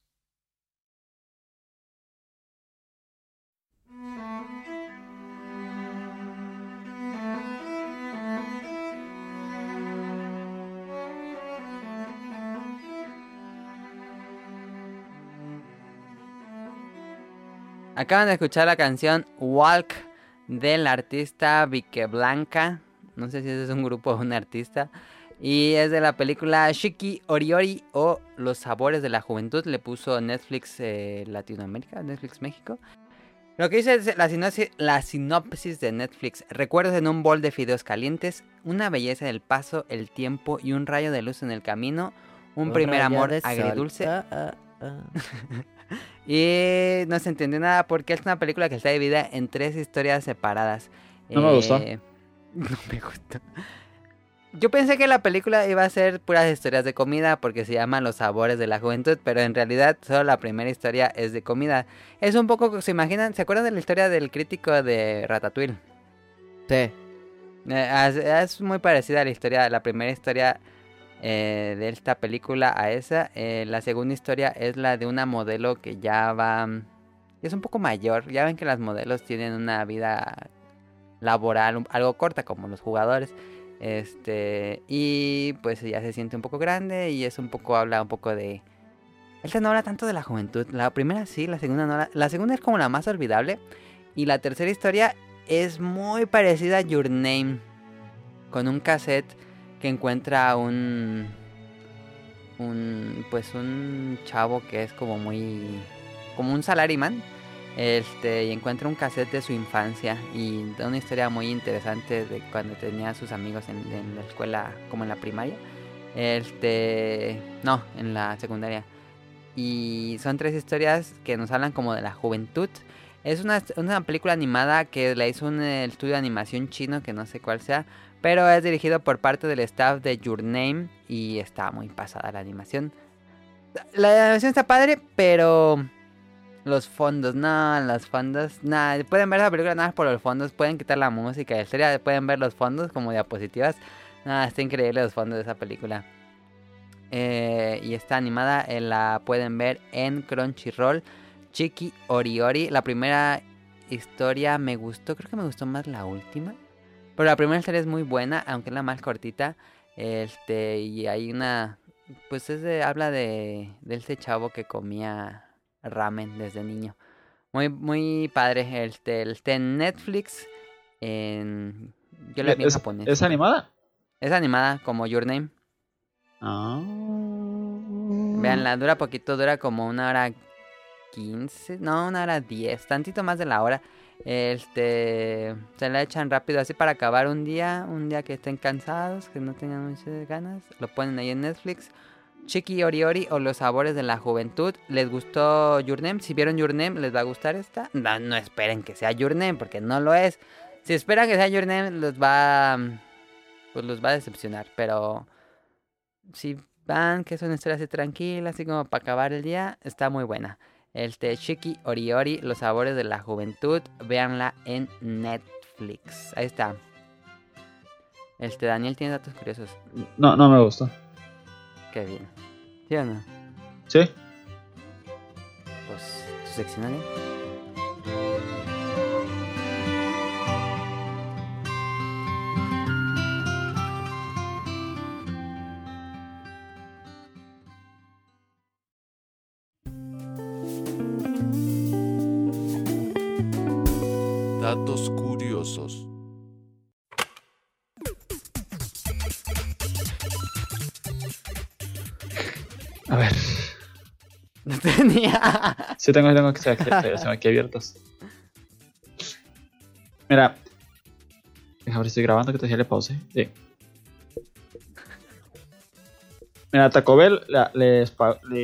Acaban de escuchar la canción Walk del artista Vique Blanca. No sé si ese es un grupo o un artista. Y es de la película Shiki Oriori o Los Sabores de la Juventud. Le puso Netflix Latinoamérica, Netflix México. Lo que dice es la sinopsis de Netflix. Recuerdos en un bol de fideos calientes, una belleza del paso, el tiempo y un rayo de luz en el camino. Un primer rayo amor de sol. agridulce. Y no se entiende nada porque es una película que está dividida en 3 historias separadas. No me gustó. No me gustó. Yo pensé que la película iba a ser puras historias de comida porque se llama Los Sabores de la Juventud, pero en realidad solo la primera historia es de comida. Es un poco, ¿se imaginan? ¿Se acuerdan de la historia del crítico de Ratatouille? Sí. Es muy parecida a la historia, la primera historia de esta película a esa. La segunda historia es la de una modelo que ya va... Es un poco mayor. Ya ven que las modelos tienen una vida laboral algo corta como los jugadores. Y pues ya se siente un poco grande y es un poco, habla un poco de... Esta no habla tanto de la juventud. La primera sí, la segunda no. La segunda es como la más olvidable. Y la tercera historia es muy parecida a Your Name. Con un cassette que encuentra un chavo que es como muy... como un salaryman. Y encuentra un cassette de su infancia y da una historia muy interesante de cuando tenía a sus amigos en la escuela, como en la primaria. No, en la secundaria. Y son 3 historias que nos hablan como de la juventud. Es una película animada que la hizo un estudio de animación chino que no sé cuál sea, pero es dirigido por parte del staff de Your Name y está muy pasada la animación. La animación está padre, pero... Los fondos, nada, pueden ver la película nada más por los fondos, pueden quitar la música, la historia, pueden ver los fondos como diapositivas, nada, está increíble los fondos de esa película. Y está animada, la pueden ver en Crunchyroll, Shiki Oriori. La primera historia me gustó, creo que me gustó más la última, pero la primera historia es muy buena, aunque es la más cortita. Y hay una, pues habla de ese chavo que comía ramen desde niño. Muy, muy padre. Está en Netflix. Yo la vi en japonés. ¿Es animada? Es animada como Your Name. Veanla, dura poquito, dura como 1:15. No, 1:10. Tantito más de la hora. Se la echan rápido así para acabar un día que estén cansados, que no tengan muchas ganas. Lo ponen ahí en Netflix. Shiki Oriori o Los Sabores de la Juventud. ¿Les gustó Your Name? Si vieron Your Name, ¿les va a gustar esta? No esperen que sea Your Name, porque no lo es. Si esperan que sea Your Name, les va pues los va a decepcionar. Pero si van, que es una historia así tranquila, así como para acabar el día, está muy buena. Shiki Oriori, Los sabores de la juventud, véanla en Netflix. Ahí está. Daniel tiene datos curiosos. No, no me gustó. Qué bien. ¿Sí o no? ¿Sí? Pues tu sección, Daniel. Datos curiosos. A ver. No tenía. Sí, tengo que están aquí abiertos. Mira. Deja ver si estoy grabando, que te decía le pause. Sí. Mira, Taco Bell les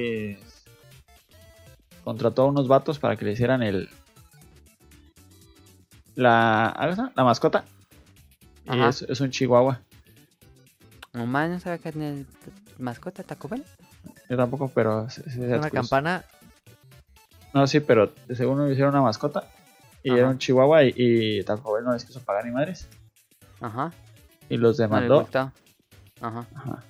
contrató a unos vatos para que le hicieran la mascota. Y Ajá. es un chihuahua. Mamá no sabe que tiene mascota Taco Bell. Yo tampoco, pero... Es una campana. No, sí, pero según me hicieron una mascota. Y Ajá. era un chihuahua y Taco Bell no les quiso pagar ni madres. Ajá. Y los No le demandó. gustó. Ajá. Ajá.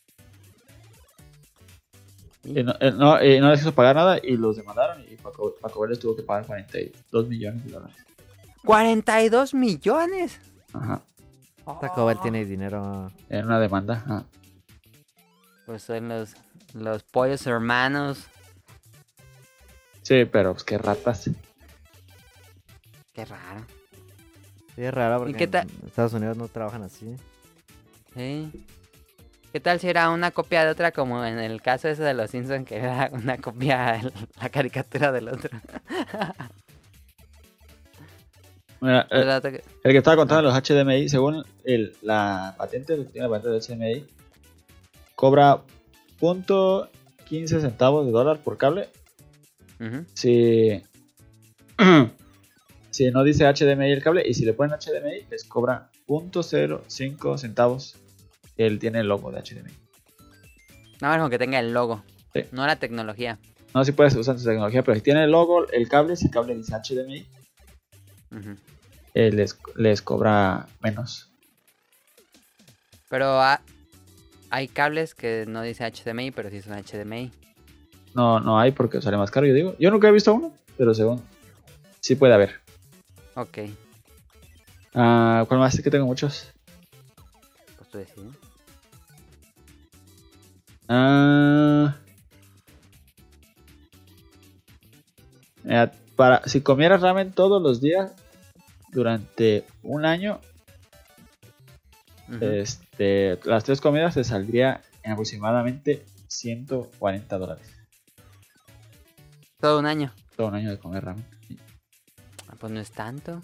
¿Y? Y no les quiso pagar nada y los demandaron. Y Taco Bell les tuvo que pagar $42 millones. ¡42 millones! Ajá. Taco Bell tiene dinero. En una demanda. Ajá. Pues son los pollos hermanos. Sí, pero pues qué ratas. Qué raro. Sí, es raro porque qué tal? en Estados Unidos no trabajan así. Sí. ¿Qué tal si era una copia de otra, como en el caso ese de los Simpsons, que era una copia de la caricatura del otro? Mira, El otro que- el que estaba contando los HDMI, según la patente, el que tiene la patente del HDMI, cobra .15 centavos de dólar por cable. Ujú. Si no dice HDMI el cable, y si le ponen HDMI, les cobra .05 centavos. Él tiene el logo de HDMI. Nada más con que tenga el logo. Sí. No la tecnología. No sé si puedes usar tu tecnología, pero si tiene el logo, el cable, si el cable dice HDMI, Ujú. les cobra menos. Pero hay cables que no dice HDMI, pero sí son HDMI. No hay porque sale más caro, yo digo. Yo nunca he visto uno, pero según sí puede haber. Ok. ¿Cuál más? Es que tengo muchos. Pues tú decides. Si comieras ramen todos los días durante un año, Ujú. las 3 comidas te saldría en aproximadamente $140. Todo un año. Todo un año de comer ramen. Sí. Pues no es tanto.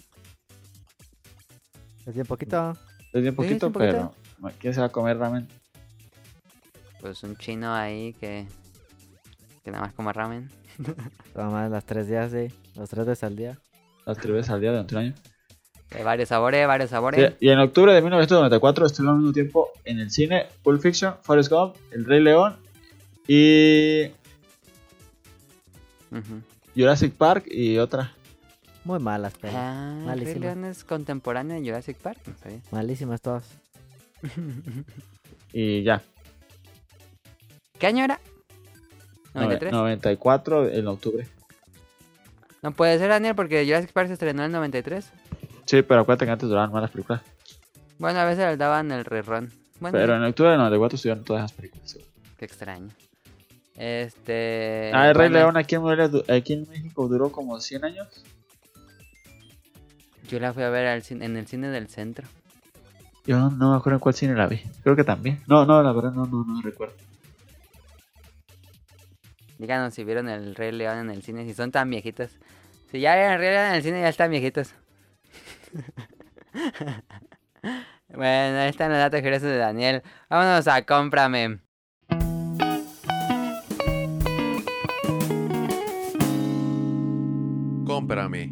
Es bien poquito. Es bien Sí, poquito, es un poquito. pero ¿quién se va a comer ramen? Pues un chino ahí que nada más come ramen. Nada más las 3 días, sí. Los 3 veces al día. Las 3 veces al día durante un año. De varios sabores, varios sabores. Sí, y en octubre de 1994 estuvo al mismo tiempo en el cine Pulp Fiction, Forrest Gump, El Rey León y Ujú. Jurassic Park y otra. Muy malas, pero. Ah, ¿El Rey malísimas. León es contemporáneo de Jurassic Park? No sabía. Malísimas todas. Y ya. ¿Qué año era? 93. 94 en octubre. No puede ser, Daniel, porque Jurassic Park se estrenó en el 93. Sí, pero acuérdate que antes duraban más las películas. Bueno, a veces le daban el rerun. Bueno, Pero sí, en octubre del 94 estuvieron todas las películas. Sí. qué extraño. El Rey bueno, León aquí en México duró como 100 años. yo la fui a ver en el cine del centro. Yo no me acuerdo en cuál cine la vi. Creo que también. No, la verdad no recuerdo. Díganos si vieron el Rey León en el cine, si son tan viejitos. Si ya vieron el Rey León en el cine, ya están viejitos. Bueno, ahí están los datos curiosos de Daniel. Vámonos a Cómprame. Cómprame.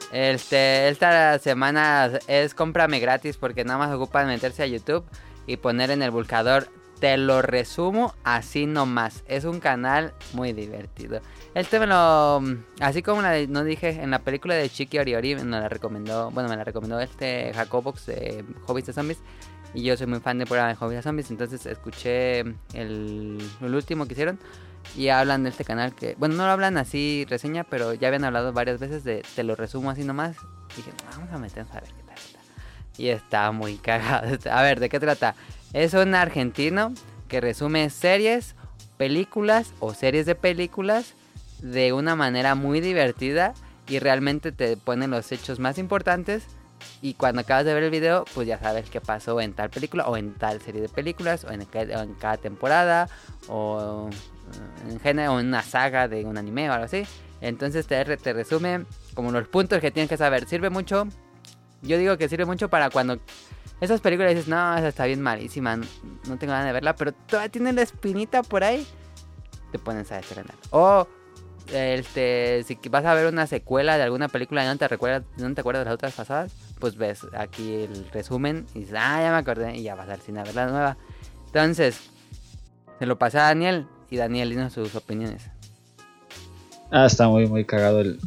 Esta semana es cómprame gratis porque nada más ocupan meterse a YouTube y poner en el buscador te lo resumo así nomás. Es un canal muy divertido. Me lo... Así como no dije, en la película de Chiqui Oriori me la recomendó Jacobox de Hobbies de Zombies. Y yo soy muy fan del programa de Hobbies de Zombies. Entonces escuché el último que hicieron. Y hablan de este canal que... Bueno, no lo hablan así reseña, pero ya habían hablado varias veces de te lo resumo así nomás. Y dije, vamos a meternos a ver qué tal está. Y está muy cagado. A ver, ¿de qué trata? Es un argentino que resume series, películas o series de películas de una manera muy divertida y realmente te pone los hechos más importantes y cuando acabas de ver el video pues ya sabes qué pasó en tal película o en tal serie de películas o en cada temporada o en género o en una saga de un anime o algo así. Entonces te resume como los puntos que tienes que saber. Sirve mucho, yo digo que sirve mucho para cuando esas películas dices, no, esa está bien malísima, no tengo ganas de verla, pero todavía tiene la espinita por ahí, te pones a estrenar. O si vas a ver una secuela de alguna película y no te acuerdas de las otras pasadas, pues ves aquí el resumen y dices, ya me acordé, y ya vas al cine a ver la nueva. Entonces, se lo pasé a Daniel, y Daniel dinos sus opiniones. Está muy, muy cagado el...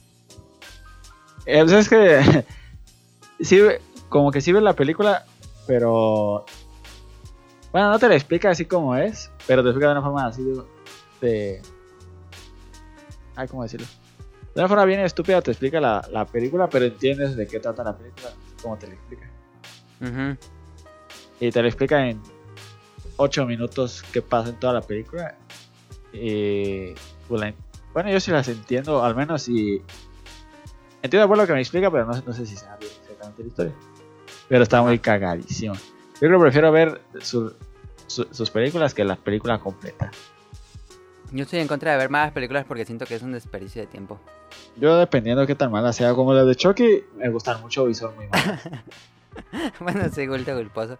pues es que... sí, como que sí ves la película, pero... Bueno, no te la explica así como es, pero te explica de una forma así de... Ay, ¿cómo decirlo? De una forma bien estúpida te explica la película, pero entiendes de qué trata la película, como te la explica. Uh-huh. Y te la explica en 8 minutos qué pasa en toda la película. Y... Bueno, yo sí las entiendo, al menos y... Entiendo por lo que me explica, pero no sé si sabe bien exactamente la historia. Pero está muy cagadísimo. Yo creo que prefiero ver sus películas que la película completa. Yo estoy en contra de ver malas películas porque siento que es un desperdicio de tiempo. Yo dependiendo de qué tan mala sea, como las de Chucky, me gustan mucho y son muy malas. Bueno, sí, gusto culposo.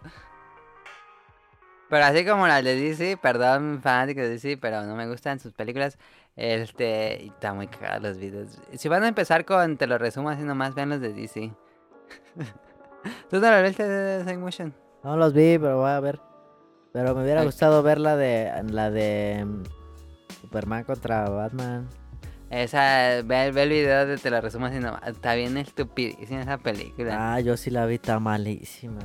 Pero así como las de DC, perdón, fanáticos de DC, pero no me gustan sus películas. Y está muy cagado los videos. Si van a empezar con, te lo resumo así nomás, vean los de DC. ¿Tú no lo viste de Side Motion? No los vi, pero voy a ver. Pero me hubiera gustado ver la de Superman contra Batman. Esa, ve el video de te lo resumo así nomás. Está bien estupidísima esa película. Ah, yo sí la vi, está malísima.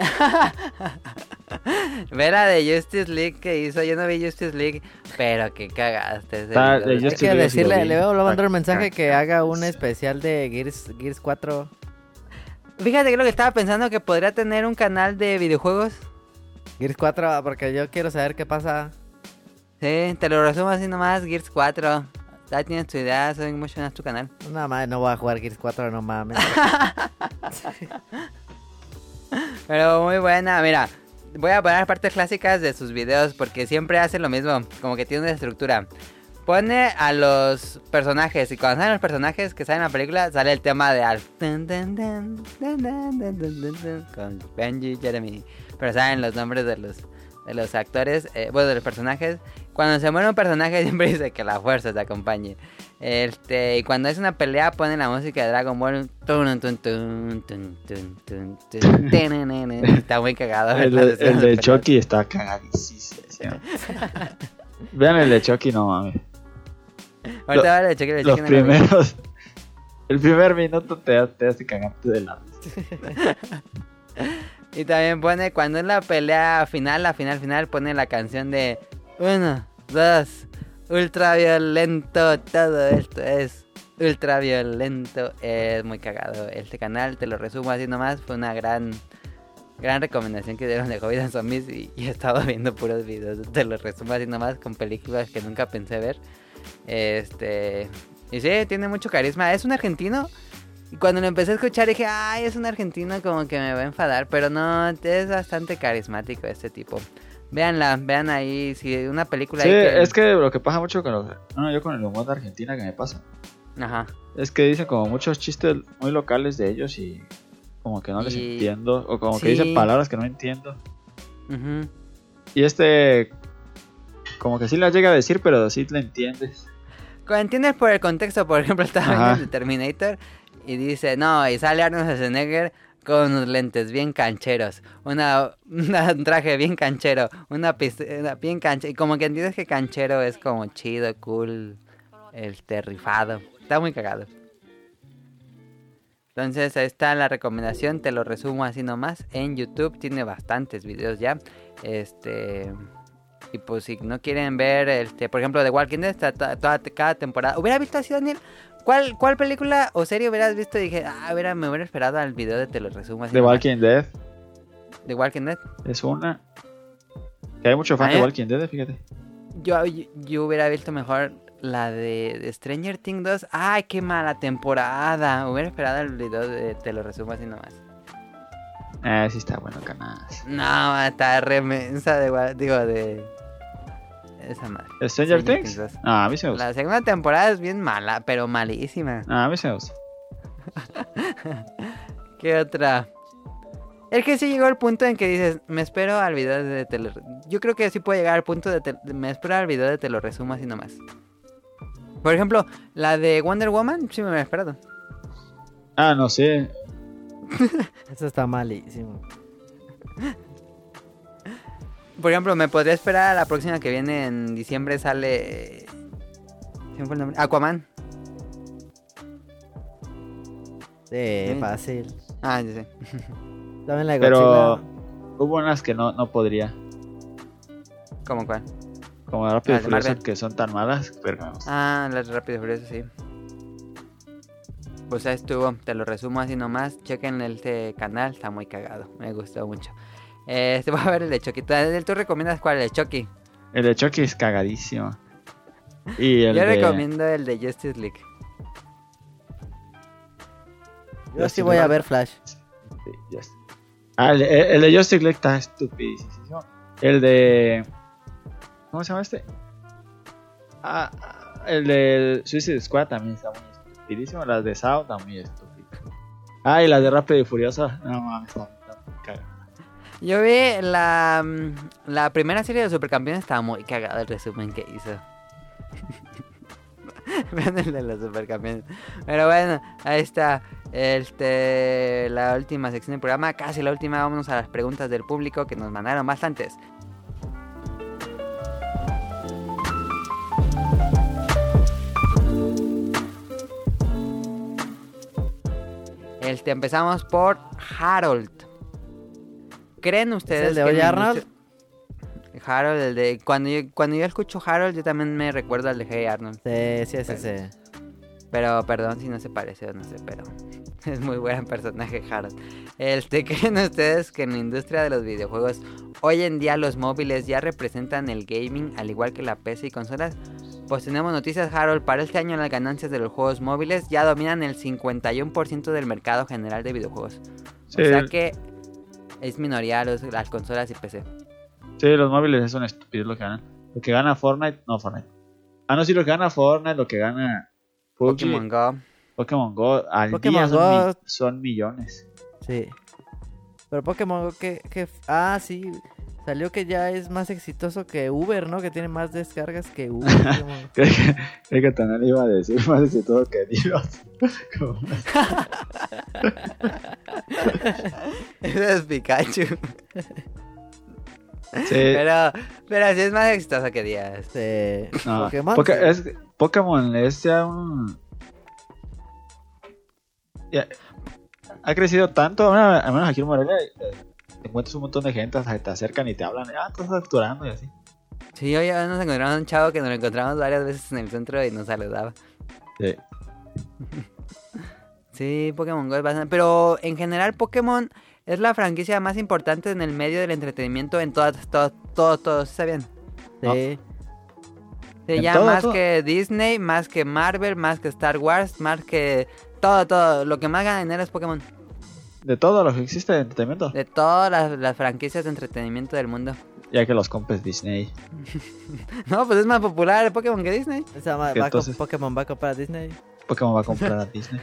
Ve la de Justice League que hizo. Yo no vi Justice League, pero que cagaste ese Está- video. de Hay Justice que League decirle, sí lo vi. le voy a mandar un mensaje que haga un especial de Gears 4. Fíjate que lo que estaba pensando que podría tener un canal de videojuegos. Gears 4, porque yo quiero saber qué pasa. Sí, te lo resumo así nomás, Gears 4. Ya tienes tu idea, Sonic Motion es tu canal. Nada más, no voy a jugar Gears 4, no mames. Pero muy buena, mira. Voy a poner partes clásicas de sus videos porque siempre hace lo mismo, como que tiene una estructura. Pone a los personajes y cuando salen los personajes que salen en la película sale el tema de Alf. Dun, dun, dun, dun, dun, dun, dun, dun, dun, con Benji, Jeremy. Pero salen los nombres de los actores, bueno, de los personajes. Cuando se muere un personaje siempre dice que la fuerza te acompañe. Y cuando es una pelea ponen la música de Dragon Ball. Tun, tun, tun, tun, tun, tun, tun, tun. Está muy cagado. El de Chucky está cagadísimo. Vean el de Chucky, no mames. Ahorita vale, cheque, Los primeros... El primer minuto te hace cagarte de la risa. Y también pone cuando es la pelea final, pone la canción de 1, 2, ultraviolento, todo esto es ultraviolento. Es muy cagado este canal, te lo resumo así nomás, fue una gran recomendación que dieron de Hobbies and Zombies y he estado viendo puros videos, te lo resumo así nomás con películas que nunca pensé ver. Y sí, tiene mucho carisma, es un argentino. Y cuando lo empecé a escuchar dije, ay, es un argentino como que me va a enfadar. Pero no, es bastante carismático este tipo. Véanla, vean ahí, si una película... Sí, ahí que... es que lo que pasa mucho con yo con el humor de Argentina que me pasa. Ajá. Es que dicen como muchos chistes muy locales de ellos y como que no les entiendo. O como que Sí. dicen palabras que no entiendo. Uh-huh. Y como que sí las llega a decir, pero sí le entiendes. ¿Entiendes por el contexto? Por ejemplo, estaba Ajá. viendo el Terminator Y dice, no, y sale Arnold Schwarzenegger con unos lentes bien cancheros, un traje bien canchero, una pistola bien canchero. Y como que entiendes que canchero es como chido, cool, rifado. Está muy cagado. Entonces ahí está la recomendación, te lo resumo así nomás. En YouTube tiene bastantes videos ya. Y pues si no quieren ver, por ejemplo, The Walking Dead, está cada temporada. ¿Hubiera visto así, Daniel? ¿Cuál película o serie hubieras visto? Y dije, me hubiera esperado al video de te lo resumo así The nomás. Walking Dead The Walking Dead. es una. Que hay mucho fan de Walking Dead, fíjate. Yo hubiera visto mejor la de Stranger Things 2. ¡Ay, qué mala temporada! Hubiera esperado el video de te lo resumo así nomás. Sí está bueno, canas. No, está remensa de esa madre. ¿Stranger Things? 2. Ah, a mí se me gusta. La segunda temporada es bien mala, pero malísima. Ah, a mí se me gusta. ¿Qué otra? Es que sí llegó el punto en que dices, me espero al video de te lo... Yo creo que sí puede llegar al punto de me espero al video de te lo resumo así nomás. Por ejemplo, la de Wonder Woman, sí me lo he esperado. Ah, no sé. Eso está malísimo. Por ejemplo, me podría esperar a la próxima que viene en diciembre sale... ¿Se me fue el nombre? Aquaman. Sí, fácil. Ah, ya sé. También la de Pero Godzilla. hubo unas que no podría. ¿Cómo cuál? Como Rápido y de Furioso, Marvel. que son tan malas, pero me gusta. Ah, las Rápido y Furioso, sí. Pues ahí estuvo, te lo resumo así nomás. Chequen este canal, está muy cagado. Me gustó mucho. Voy a ver el de Chucky. ¿Tú recomiendas cuál? El de Chucky. El de Chucky es cagadísimo. Y el Yo de... recomiendo el de Justice League. Yo sí voy a ver Flash. Sí, el de Justice League está estupidísimo. El de... ¿Cómo se llama este? El de Suicide Squad también está muy estupidísimo. Las de Saw también muy estúpidas. Y las de Rápido y Furioso. No mames, está muy cagado. Yo vi la primera serie de Supercampeones, estaba muy cagado el resumen que hizo. Vean el de los Supercampeones. Pero bueno, ahí está la última sección del programa, casi la última. Vámonos a las preguntas del público que nos mandaron bastantes. Empezamos por Harold. ¿Creen ustedes ¿Es el de que Oye la Arnold? Harold, el de... Cuando yo escucho Harold, yo también me recuerdo al de Hey Arnold. Sí, es ese. Pero perdón si no se parece o no sé, pero es muy buen personaje Harold. ¿Creen ustedes que en la industria de los videojuegos hoy en día los móviles ya representan el gaming al igual que la PC y consolas? Pues tenemos noticias, Harold. Para este año las ganancias de los juegos móviles ya dominan el 51% del mercado general de videojuegos. Sí, O sea que es minoría las consolas y PC. sí, los móviles son estúpidos lo que ganan. Lo que gana Fortnite, no Fortnite. Sí, lo que gana Fortnite, lo que gana Pokémon Go. Pokémon Go al Pokémon día Go. son millones. Sí. Pero Pokémon Go sí. Salió que ya es más exitoso que Uber, ¿no? Que tiene más descargas que Uber. Creo que también iba a decir más exitoso que Dios. Ese es Pikachu. Sí. Pero sí es más exitoso que Díaz. No, Pokémon. Pokémon es ya un... ha crecido tanto, al menos aquí en Morelia, te encuentras un montón de gente, hasta te acercan y te hablan, estás facturando y así. Sí, hoy nos encontramos un chavo que nos lo encontramos varias veces en el centro y nos saludaba. Sí. Sí, Pokémon Go es bastante... Pero en general Pokémon es la franquicia más importante en el medio del entretenimiento en todo, ¿sabían? Sí. Sí, ya todo, más todo. que Disney, más que Marvel, más que Star Wars, más que todo. Lo que más gana dinero es Pokémon. De todo lo que existe de entretenimiento. De todas las franquicias de entretenimiento del mundo. Ya que los compres Disney. No, pues es más popular Pokémon que Disney. Entonces- Pokémon va a comprar a Disney. Pokémon va a comprar a Disney.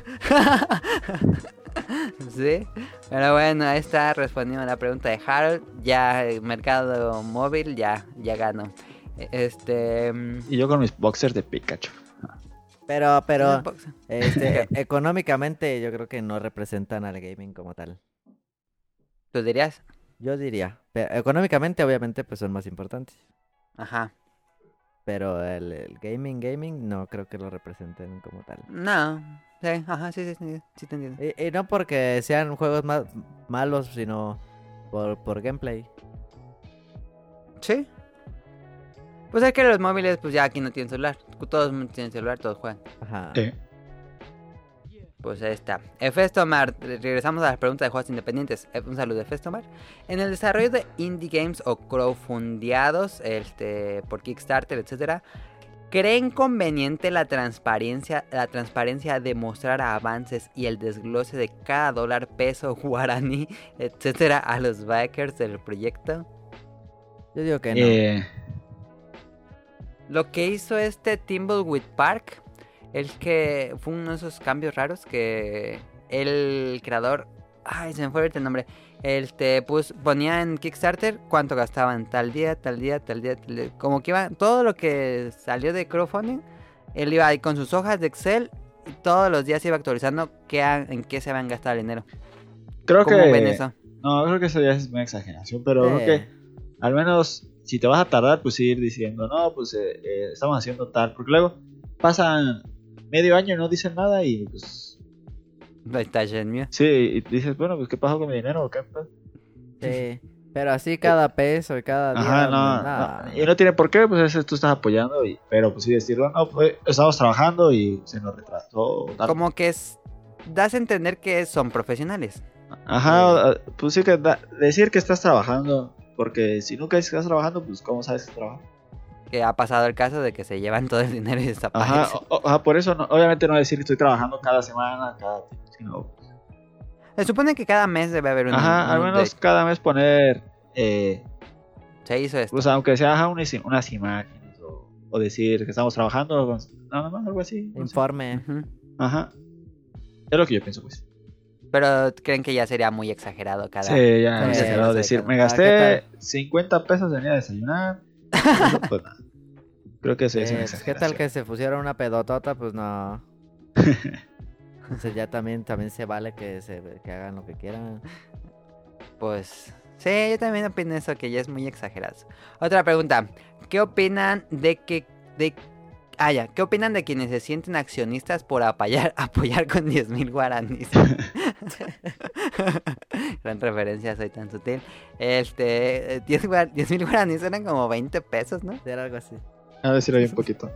Sí, pero bueno, ahí está respondiendo a la pregunta de Harold. Ya el mercado móvil ya ganó. Y yo con mis boxers de Pikachu. Pero, Tampoco- económicamente yo creo que no representan al gaming como tal. ¿Tú dirías? Yo diría. Pero económicamente, obviamente, pues son más importantes. Ajá. Pero el gaming, no creo que lo representen como tal. No. Sí, ajá, sí te entiendo. Y no porque sean juegos malos, sino por gameplay. Sí. Pues es que los móviles, pues ya aquí no tienen celular. Todos tienen celular, todos juegan. Ajá. Sí. Pues ahí está. Efestomar, regresamos a las preguntas de juegos independientes. Un saludo, Efestomar. En el desarrollo de indie games o crowdfundeados, por Kickstarter, etcétera, ¿creen conveniente la transparencia de mostrar avances y el desglose de cada dólar, peso, guaraní, etcétera, a los backers del proyecto? Yo digo que no. Lo que hizo Thimbleweed Park, el que fue uno de esos cambios raros que el creador, ay, se me fue ahorita el nombre, ponía en Kickstarter cuánto gastaban tal día, como que iba, todo lo que salió de crowdfunding, él iba ahí con sus hojas de Excel y todos los días iba actualizando en qué se habían gastado el dinero. Creo ¿Cómo que... ven eso? No, creo que eso ya es una exageración, pero creo que al menos si te vas a tardar, pues ir diciendo, no, pues estamos haciendo tal, porque luego pasan medio año y no dicen nada y pues... Ahí está Shenmue. Sí, y dices, bueno, pues ¿qué pasó con mi dinero? ¿O qué? Sí, pero así cada peso y cada día. Ajá, no. Y no tiene por qué, pues tú estás apoyando, pero pues sí decirlo, no, pues estamos trabajando y se nos retrasó. Tal. Como que das a entender que son profesionales. Ajá, pues sí que decir que estás trabajando, porque si nunca dices que estás trabajando, pues ¿cómo sabes que trabajas? Que ha pasado el caso de que se llevan todo el dinero y desaparecen. Ajá, por eso obviamente no decir que estoy trabajando cada semana, sino... Se supone que cada mes debe haber al menos cada mes poner... se hizo esto. Pues aunque sea unas imágenes o decir que estamos trabajando, nada más, algo así. Informe. Ujú. Ajá. Es lo que yo pienso, pues. Pero creen que ya sería muy exagerado cada... Sí, ya Sí, exagerado sí, decir, cada- me ¿qué gasté 50 pesos en ir a desayunar. Eso, pues nada. Creo que sí es una ¿Qué exageración. tal que se pusiera una pedotota? Pues no. Entonces ya también se vale que hagan lo que quieran. Pues... Sí, yo también opino eso, que ya es muy exagerado. Otra pregunta. ¿Qué opinan ¿Qué opinan de quienes se sienten accionistas por apoyar con 10,000 guaraníes? Gran referencia, soy tan sutil. 10,000 guaraníes eran como 20 pesos, ¿no? Era algo así. A decir ahí un poquito.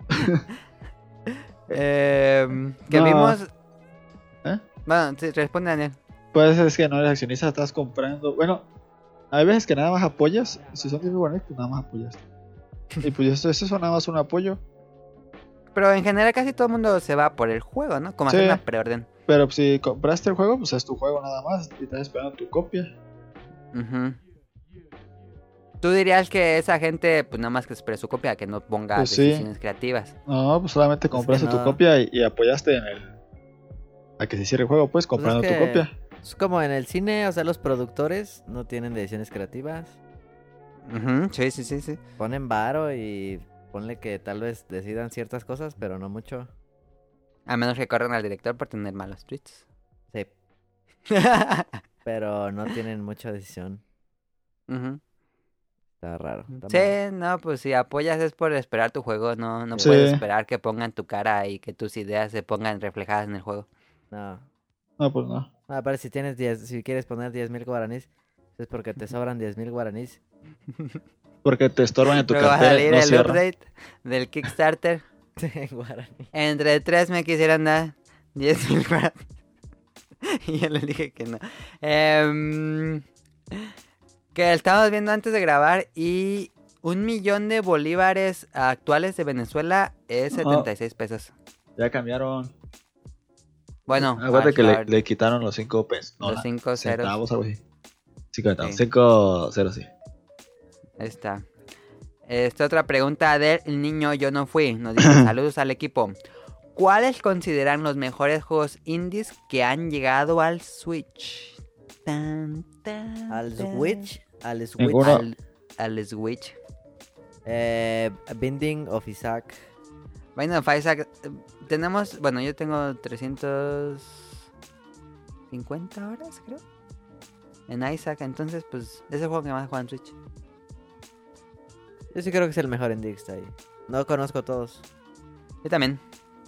Que No. vimos... ¿Eh? Bueno, sí, responde Daniel. Pues es que no eres accionista, estás comprando. Bueno, hay veces que nada más apoyas. Si son 10 guaraníes, pues nada más apoyas. Y pues eso es nada más un apoyo. Pero en general casi todo el mundo se va por el juego, ¿no? Como hacer Sí. una preorden. Pero pues, si compraste el juego, pues es tu juego nada más. Y estás esperando tu copia. Ujú. Tú dirías que esa gente, pues nada más que espere su copia, que no ponga Pues sí. decisiones creativas. No, pues solamente Pues compraste que tu no. copia y apoyaste a que se cierre el juego, pues comprando es tu que- copia. Es como en el cine, o sea, los productores no tienen decisiones creativas. Ujú, sí. Ponen varo y ponle que tal vez decidan ciertas cosas, pero no mucho. A menos que corran al director por tener malos tweets. Sí, pero no tienen mucha decisión. Ujú. Está raro. Está mal. Sí, no, pues si apoyas es por esperar tu juego, no Sí. puedes esperar que pongan tu cara y que tus ideas se pongan reflejadas en el juego. No. No, pues no. Pero si quieres poner 10,000 guaraníes, es porque te sobran 10,000 guaraníes. Porque te estorban en tu Luego va a cartera y salir no el cierran. update del Kickstarter. En guaraní. Entre 3 me quisieran dar 10,000 guaraníes. Y yo le dije que no. Que estamos viendo antes de grabar y 1,000,000 de bolívares actuales de Venezuela es 76 pesos. Ya cambiaron. Bueno, Acuérdate que claro, le quitaron los 5 pesos. No, los 5 ceros. centavos, algo así. 5 centavos. Sí. 5 ceros, sí. Ahí está. Otra pregunta del niño yo no fui. Nos dice saludos al equipo. ¿Cuáles consideran los mejores juegos indies que han llegado al Switch? Tan, tan, Al tan. Switch. Al Switch. Ninguno. Al Switch. Binding of Isaac. Binding of Isaac. Tenemos. Bueno, yo tengo 350 horas, creo. En Isaac. Entonces, pues. Es el juego que más juego en Switch. Yo sí creo que es el mejor indie que está ahí. No conozco todos. Yo también.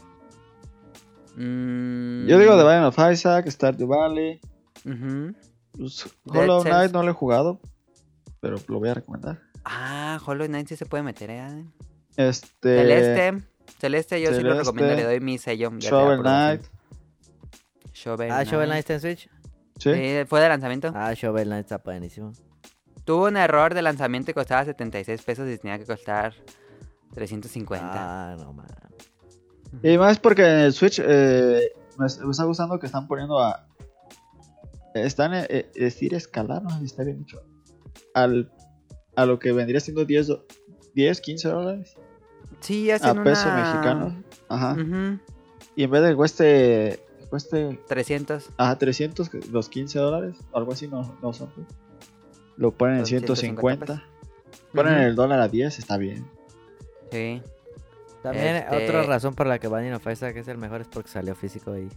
Yo digo The Binding of Isaac, Stardew Valley. Ujú. Pues, Dead Hollow Cells. Knight no lo he jugado, pero lo voy a recomendar. Ah, Hollow Knight sí se puede meter, ¿eh? Este. Celeste, yo sí lo Celeste, recomiendo, le doy mi sello. de Shovel aprobación. Knight. Shovel Knight está en Switch. Sí. Sí, fue de lanzamiento. Shovel Knight está buenísimo. Tuvo un error de lanzamiento y costaba 76 pesos y tenía que costar 350. No man. Y más porque en el Switch me está gustando que están poniendo a. Están decir escalar, no sé si está bien dicho. A lo que vendría siendo 10, 15 dólares. Sí, A hacen pesos una... mexicanos. Ajá. Ujú, Y en vez de que cueste 300. 300, que los 15 dólares, algo así no son. Pues. Lo ponen en Son 150 150. Ponen Ujú. el dólar a 10, está bien. Sí. También otra razón por la que Binding of Isaac es el mejor es porque salió físico ahí.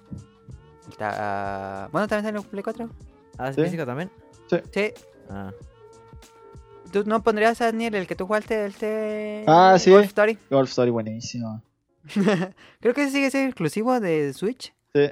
Bueno, también salió en Play 4. ¿Es ¿Sí? físico también? Sí. Ah. ¿Tú no pondrías a Daniel el que tú jugaste, Sí. Golf Story? Golf Story buenísimo. Creo que ese sigue siendo exclusivo de Switch. Sí.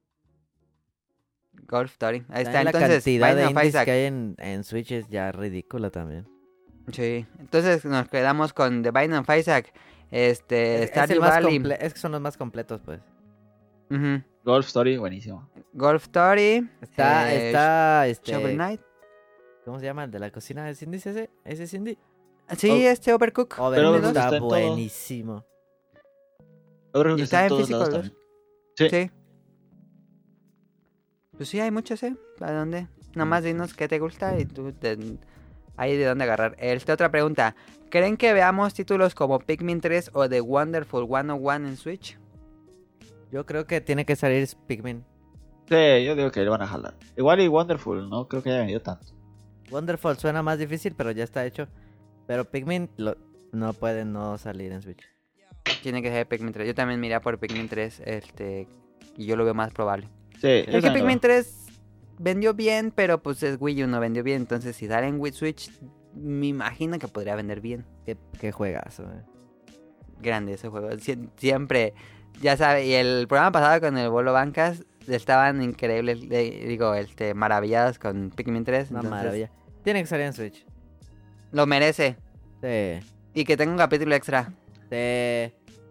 Golf Story. Ahí está, También la entonces, cantidad de Binding of indies Isaac. que hay en Switch es ya ridícula también. Sí, entonces nos quedamos con The Binding of Isaac. Es el Stardew más Valley. es que son los más completos, pues. Ujú. Golf Story buenísimo. Golf Story. Está Shovel Knight. ¿Cómo se llama? ¿El de la cocina? ¿Es Cindy ese? ¿Ese es Cindy? Sí, Overcook. Overcooked pues, está está en todo. buenísimo. Yo creo que Y está en está en todos físico lados los dos. también. Sí. Sí. Pues sí, hay muchos, ¿Para dónde? Nada más dinos qué te gusta y tú hay de dónde agarrar. Otra pregunta. ¿Creen que veamos títulos como Pikmin 3 o The Wonderful 101 en Switch? Yo creo que tiene que salir Pikmin. Sí, yo digo que le van a jalar. Igual y Wonderful, no creo que haya vendido tanto. Wonderful suena más difícil, pero ya está hecho. Pero Pikmin no puede no salir en Switch. Tiene que ser Pikmin 3. Yo también miré por Pikmin 3, y yo lo veo más probable. Sí, Es que Pikmin 3 vendió bien, pero pues es Wii U, no vendió bien. Entonces si sale en Wii Switch, me imagino que podría vender bien. Qué juegazo, Grande ese juego. Siempre, ya sabes, y el programa pasado con el Bolo Bancas estaban increíbles, maravillados con Pikmin 3. Una entonces, maravilla. Tiene que salir en Switch. Lo merece. Sí. Y que tenga un capítulo extra. Sí.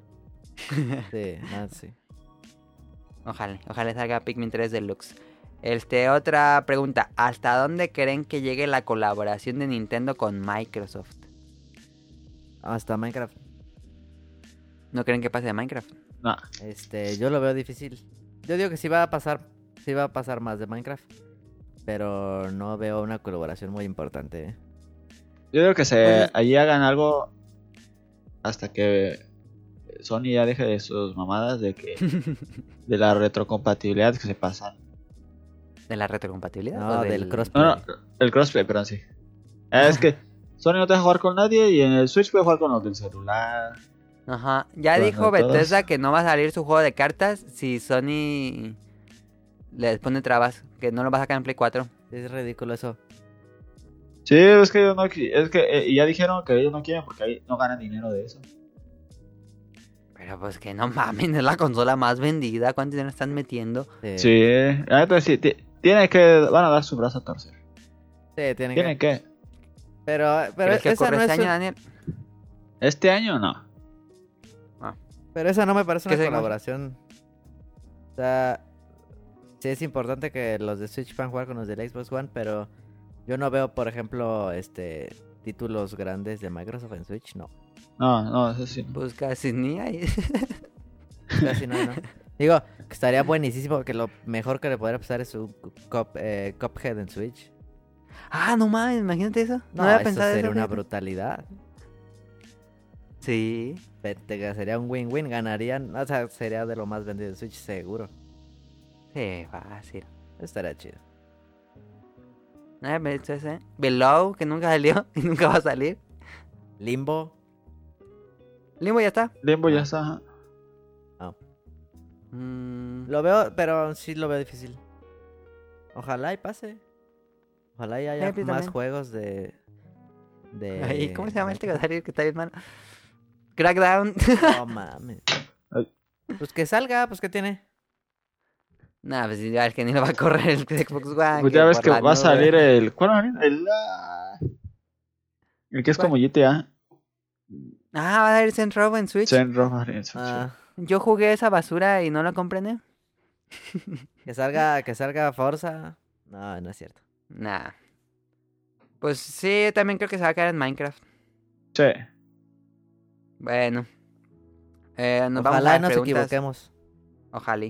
Sí. Ojalá salga Pikmin 3 Deluxe. Otra pregunta. ¿Hasta dónde creen que llegue la colaboración de Nintendo con Microsoft? Hasta Minecraft. ¿No creen que pase de Minecraft? No. Yo lo veo difícil. Yo digo que sí va a pasar más de Minecraft. Pero no veo una colaboración muy importante. Yo digo que Pues- allí hagan algo hasta que Sony ya deje de sus mamadas de que de la retrocompatibilidad que se pasan. ¿De la retrocompatibilidad? No, ¿O del crossplay. No, el crossplay, perdón, sí. Es que Sony no te deja jugar con nadie y en el Switch puedes jugar con los del celular. Ajá. Ya Bueno, dijo todos. Bethesda que no va a salir su juego de cartas si Sony les pone trabas. Que no lo va a sacar en Play 4. Es ridículo eso. Sí, es que ellos no, y ya dijeron que ellos no quieren porque ahí no ganan dinero de eso. Pero pues que no mamen, es la consola más vendida. ¿Cuánto dinero están metiendo? Sí, la neta sí, van a dar su brazo a torcer. Sí, Tienen que. Pero ¿Crees que esa ocurre no este es año, Daniel? Este año no. Pero esa no me parece ¿Qué una seguimos? colaboración. O sea, sí es importante que los de Switch puedan jugar con los del Xbox One, pero yo no veo, por ejemplo, títulos grandes de Microsoft en Switch, no. No, eso sí. Pues casi ni hay. Casi no. Digo, que estaría buenísimo, que lo mejor que le podría pasar es un Cuphead en Switch. Ah, no mames, imagínate eso. No, No, había eso pensado sería eso. una fíjate. brutalidad. Sí. Sería un win-win, ganarían, o sea, sería de lo más vendido de Switch, seguro. Sí, fácil. Estaría chido. Below, que nunca salió y nunca va a salir. Limbo. Limbo ya está. Limbo ya está. Ajá. Lo veo, pero sí lo veo difícil. Ojalá y pase. Ojalá y haya pues, más también. juegos de... Ay, ¿cómo se llama este que está bien malo? Crackdown. No mames. Ay. Pues que salga, pues ¿qué tiene? Nah, pues ya es que ni lo va a correr el Xbox One. Pues ya ves por que la va a nube. salir el. ¿Cuál va a venir? El que es ¿Cuál? como GTA. Ah, va a salir Saints Row en Switch. Saints Row va a venir en Switch. Ah, Yo jugué esa basura y no la compré. que salga Forza. No, no es cierto. Nah. Pues sí, también creo que se va a quedar en Minecraft. Sí. Bueno. Nos vamos a Ojalá las nos preguntas. equivoquemos. Ojalá.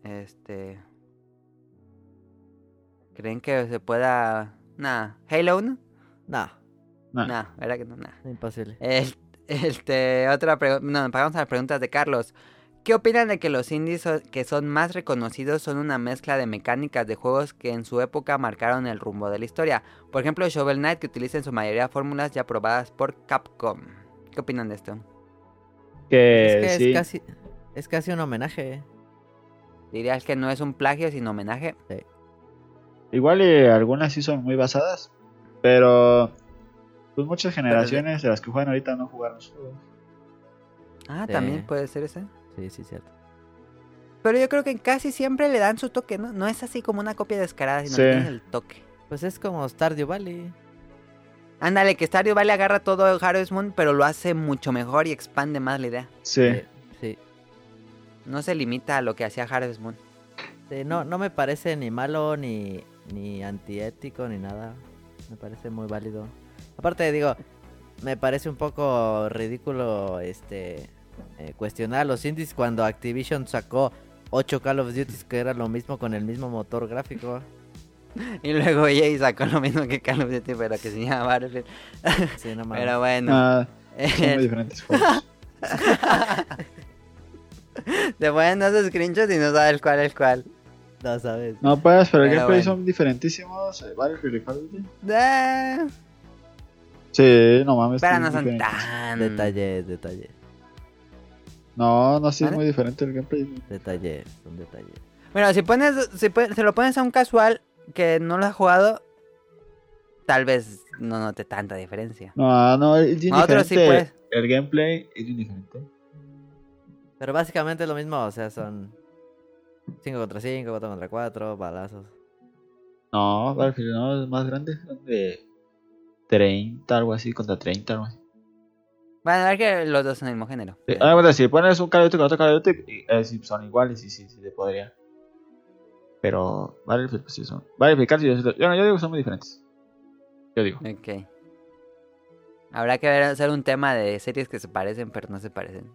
¿Creen que se pueda...? Nah. ¿Halo 1? No, No. Nah, ¿verdad que no? Nah. imposible. Otra pregunta... No, pasamos a las preguntas de Carlos. ¿Qué opinan de que los indies que son más reconocidos son una mezcla de mecánicas de juegos que en su época marcaron el rumbo de la historia? Por ejemplo, Shovel Knight, que utiliza en su mayoría fórmulas ya probadas por Capcom. ¿Qué opinan de esto? Que Es que sí. es casi un homenaje. ¿Dirías que no es un plagio, sino homenaje? Igual algunas sí son muy basadas. Pero. Pues muchas generaciones de las que juegan ahorita no jugaron los juegos. Ah, Sí. también puede ser ese. Sí, sí, cierto. Pero yo creo que casi siempre le dan su toque, ¿no? No es así como una copia descarada, sino Sí. que tiene el toque. Pues es como Stardew Valley. Ándale, que Stardew Valley agarra todo Harvest Moon, pero lo hace mucho mejor y expande más la idea. Sí. Sí. No se limita a lo que hacía Harvest Moon. Sí, no me parece ni malo, ni antiético, ni nada. Me parece muy válido. Aparte, digo, me parece un poco ridículo cuestionar a los indies cuando Activision sacó 8 Call of Duty que era lo mismo con el mismo motor gráfico. Y luego EA sacó lo mismo que Call of Duty, pero que se llama Battlefield. Sí, no mames. Pero bueno. Ah, son muy diferentes juegos. Te ponen dos screenshots y no sabes cuál es cuál. No sabes. No, pues, pero el Pero gameplay bueno. son diferentísimos. Battlefield y Call of Duty. Ah, Sí, no mames. pero sí, no son diferentes. tan... Detalles. No, sí es ¿Vale? muy diferente el gameplay. Son detalles. Bueno, si lo pones a un casual que no lo ha jugado, tal vez no note tanta diferencia. No, es bien A otros sí, diferente. pues. El gameplay es bien diferente. Pero básicamente es lo mismo, o sea, son 5 contra 5, 4 contra 4, balazos. No, Battlefield no, es más grande. Son de 30, algo así, contra 30, algo así. Bueno, a ver que los dos son el mismo género. Bueno, si pones un Call of Duty con otro Call of Duty, sí, son iguales, sí, se podría. Pero Battlefield, pues sí son. Battlefield y Call of Duty, yo digo que son muy diferentes. Yo digo. Ok. Habrá que hacer un tema de series que se parecen, pero no se parecen.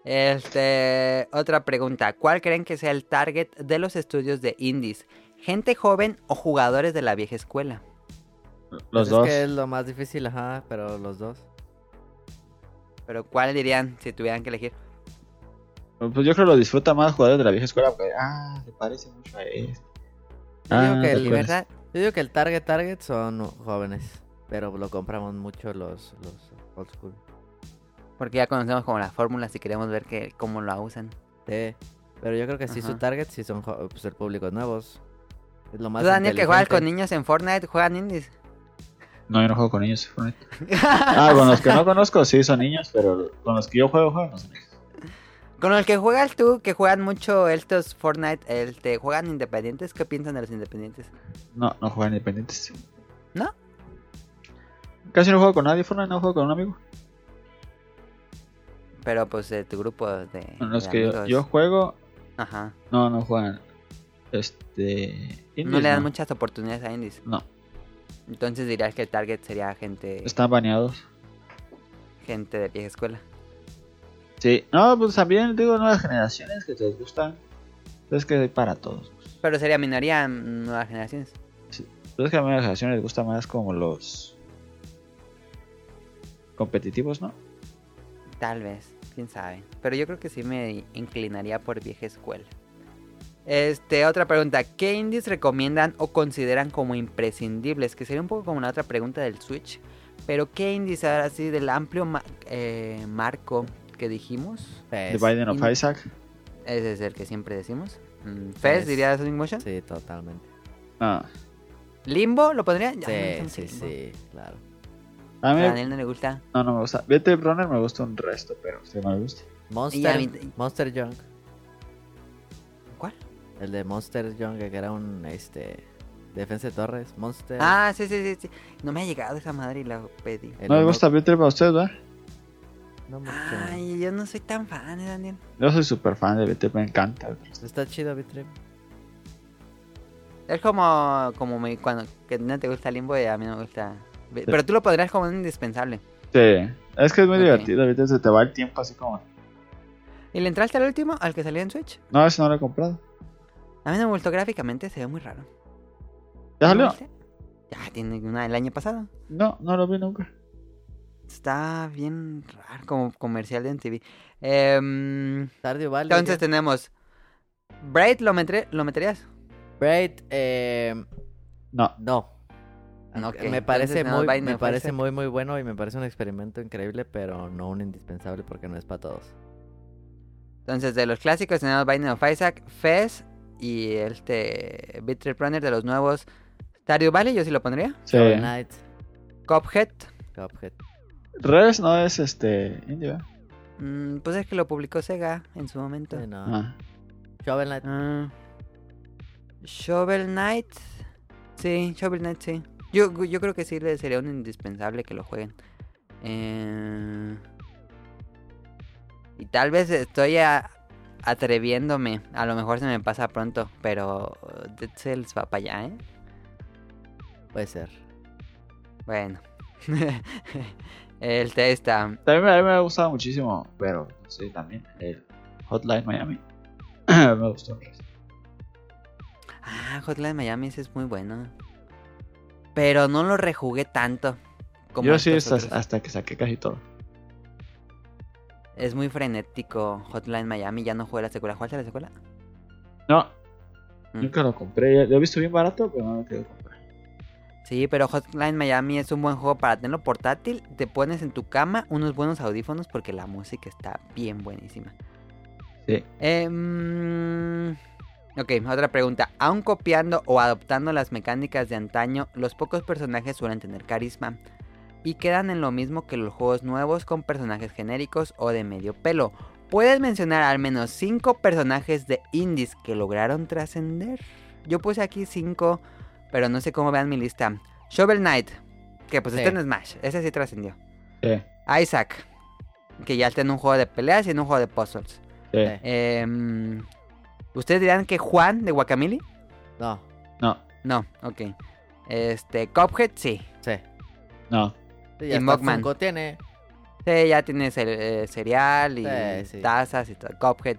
Otra pregunta. ¿Cuál creen que sea el target de los estudios de indies? ¿Gente joven o jugadores de la vieja escuela? Los Pues dos. Es que es lo más difícil, ajá, pero los dos. Pero ¿cuál dirían si tuvieran que elegir? Pues yo creo que lo disfruta más jugadores de la vieja escuela porque, se parece mucho a este. Yo digo que ¿te el ¿Y acuerdas? verdad? Yo digo que el target son jóvenes, pero lo compramos mucho los old school. Porque ya conocemos como las fórmulas y queremos ver cómo lo usan. Sí, pero yo creo que sí Ajá. su target sí son pues el público nuevos. Es lo más Tú, Daniel, que juegas con inteligente. niños en Fortnite, ¿juegan indies? No, yo no juego con niños. Fortnite. Con los que no conozco sí son niños, pero con los que yo juego no son niños. Con el que juegas tú, que juegan mucho estos Fortnite, ¿juegan independientes? ¿Qué piensan de los independientes? No juegan independientes. ¿No? Casi no juego con nadie, Fortnite, no juego con un amigo. Pero pues tu grupo de Con los de que amigos. yo juego, Ajá. no juegan. No Indies, le dan muchas oportunidades a indies. No, Entonces dirías que el target sería gente están baneados. de vieja escuela. Sí, no, pues también digo nuevas generaciones que les gustan. Es que hay para todos. Pero sería minoría en nuevas generaciones. Pero es que a nuevas generaciones les gusta más como los competitivos, ¿no? Tal vez, quién sabe. Pero yo creo que sí me inclinaría por vieja escuela. Otra pregunta. ¿Qué indies recomiendan o consideran como imprescindibles? Que sería un poco como la otra pregunta del Switch. Pero ¿qué indies ahora sí del amplio marco que dijimos. The Fez. Binding of Y- Isaac. Ese es el que siempre decimos. Fez, diría Sonic Motion. Sí, totalmente. No. Limbo, ¿lo pondría? Ya, Sí, no sí, sé, Limbo. sí, claro. A mí A Daniel no le gusta. no me gusta. Vete Runner me gusta un resto, pero a usted no le gusta. Monster, mí- Monster Junk. ¿Cuál? El de Monster Junk, que era un defensa de torres. Monster. Ah, sí. No me ha llegado esa madre y la pedí. el No le uno- gusta Beat Trip a usted, ¿verdad? No mucho. Ay, yo no soy tan fan, Daniel. Yo soy súper fan de Beat Trip, me encanta. Está chido, Bitrip. Es como cuando que no te gusta Limbo y a mí no me gusta. Pero tú lo podrías como un indispensable. Sí, es que es muy Ok. divertido. Ahorita se te va el tiempo así como. ¿Y le entraste al último, al que salió en Switch? No, ese no lo he comprado. A mí no me gustó gráficamente, se ve muy raro. ¿Ya ¿No salió? lo viste? Ya tiene una el año pasado. No lo vi nunca. Está bien raro, como comercial de MTV. Stardew Valley. Entonces ¿qué? tenemos. Braid, ¿lo meterías? Braid, No. no. Ok, Me parece entonces no, Binding me of parece Isaac. muy bueno y me parece un experimento increíble, pero no un indispensable porque no es para todos. Entonces, de los clásicos tenemos Binding of Isaac, Fez y Beat Trip Runner de los nuevos. Stardew Valley, yo sí lo pondría. Sí. Shovel Knight, Cuphead, Cuphead. Res no es indie, ¿verdad? pues es que lo publicó Sega en su momento. Sí, no. Ah. Shovel Knight. Shovel Knight. Sí, Shovel Knight, sí. Yo creo que sí sería un indispensable que lo jueguen. Y tal vez estoy atreviéndome. A lo mejor se me pasa pronto. Pero Dead Cells va para allá, ¿eh? Puede ser. Bueno. El testa. También a mí me ha gustado muchísimo, pero sí, también el Hotline Miami. Me gustó un resto. Hotline Miami ese es muy bueno. Pero no lo rejugué tanto. Como Yo sí, estos otros. hasta que saqué casi todo. Es muy frenético Hotline Miami. Ya no jugué la secuela. ¿Jugaste la secuela? No, Mm. nunca lo compré. Lo he visto bien barato, pero no lo quiero comprar. Sí, pero Hotline Miami es un buen juego para tenerlo portátil. Te pones en tu cama unos buenos audífonos porque la música está bien buenísima. Sí. Ok, otra pregunta. Aún copiando o adoptando las mecánicas de antaño, los pocos personajes suelen tener carisma y quedan en lo mismo que los juegos nuevos con personajes genéricos o de medio pelo. ¿Puedes mencionar al menos 5 personajes de indies que lograron trascender? Yo puse aquí 5, pero no sé cómo vean mi lista. Shovel Knight, que pues Sí. este en Smash, ese sí trascendió. Sí, Isaac, que ya está en un juego de peleas y en un juego de puzzles. sí. ¿Ustedes dirán que Juan de Guacamole? No, No, No, ok. Cuphead, sí. sí. no. Sí, Y ya hasta Mugman. Funko tiene. Sí, ya tiene cereal y Sí, sí. tazas y todo. Cuphead.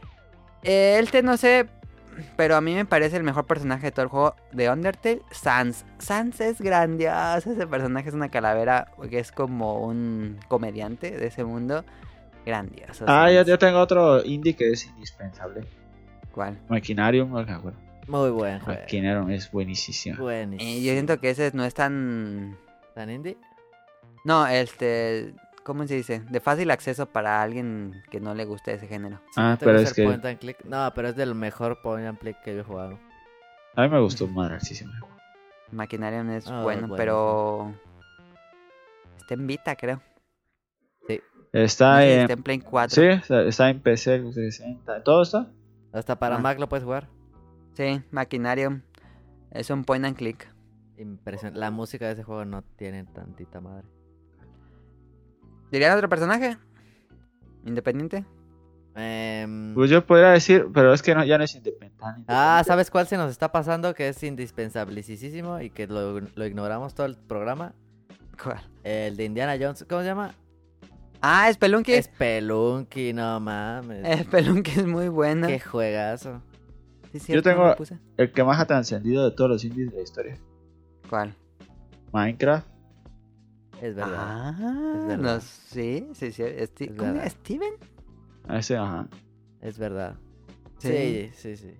No sé, pero a mí me parece el mejor personaje de todo el juego de Undertale. Sans. Sans es grandioso. Ese personaje es una calavera que es como un comediante de ese mundo. Grandioso. Ya Sans. tengo otro indie que es indispensable. ¿Cuál? Machinarium, no me acuerdo. Muy buen juego. Machinarium es buenísimo. Buenísimo. Yo siento que ese no es tan... ¿Tan indie? No, ¿cómo se dice? De fácil acceso para alguien que no le guste ese género. Ah, ¿Te pero gusta es el que point and click? No, pero es del mejor point and click que yo he jugado. a mí me gustó madrísimo. Maquinarium es Ah, bueno, bueno, pero... Está en Vita, creo. No Está sé si en... está en Play 4. Sí, está en PC, 360, ¿todo está? Hasta para Ah. Mac lo puedes jugar. Sí, Maquinarium. Es un point and click. Impresionante. La música de ese juego no tiene tantita madre. ¿Dirían otro personaje? ¿Independiente? Pues yo podría decir, pero es que no, ya no es independiente. ¿Sabes cuál se nos está pasando? Que es indispensabilísimo y que lo ignoramos todo el programa. ¿Cuál? El de Indiana Jones. ¿Cómo se llama? Spelunky. Spelunky, no mames. Spelunky es muy bueno. Qué juegazo. Sí, es cierto, Yo tengo- no lo puse. El que más ha trascendido de todos los indies de la historia. ¿Cuál? Minecraft. Es verdad. Ah, Es verdad. no, sí. Es ¿Cómo era? verdad. ¿Steven? Ese, ajá. Es verdad. Sí. Sí. Sí,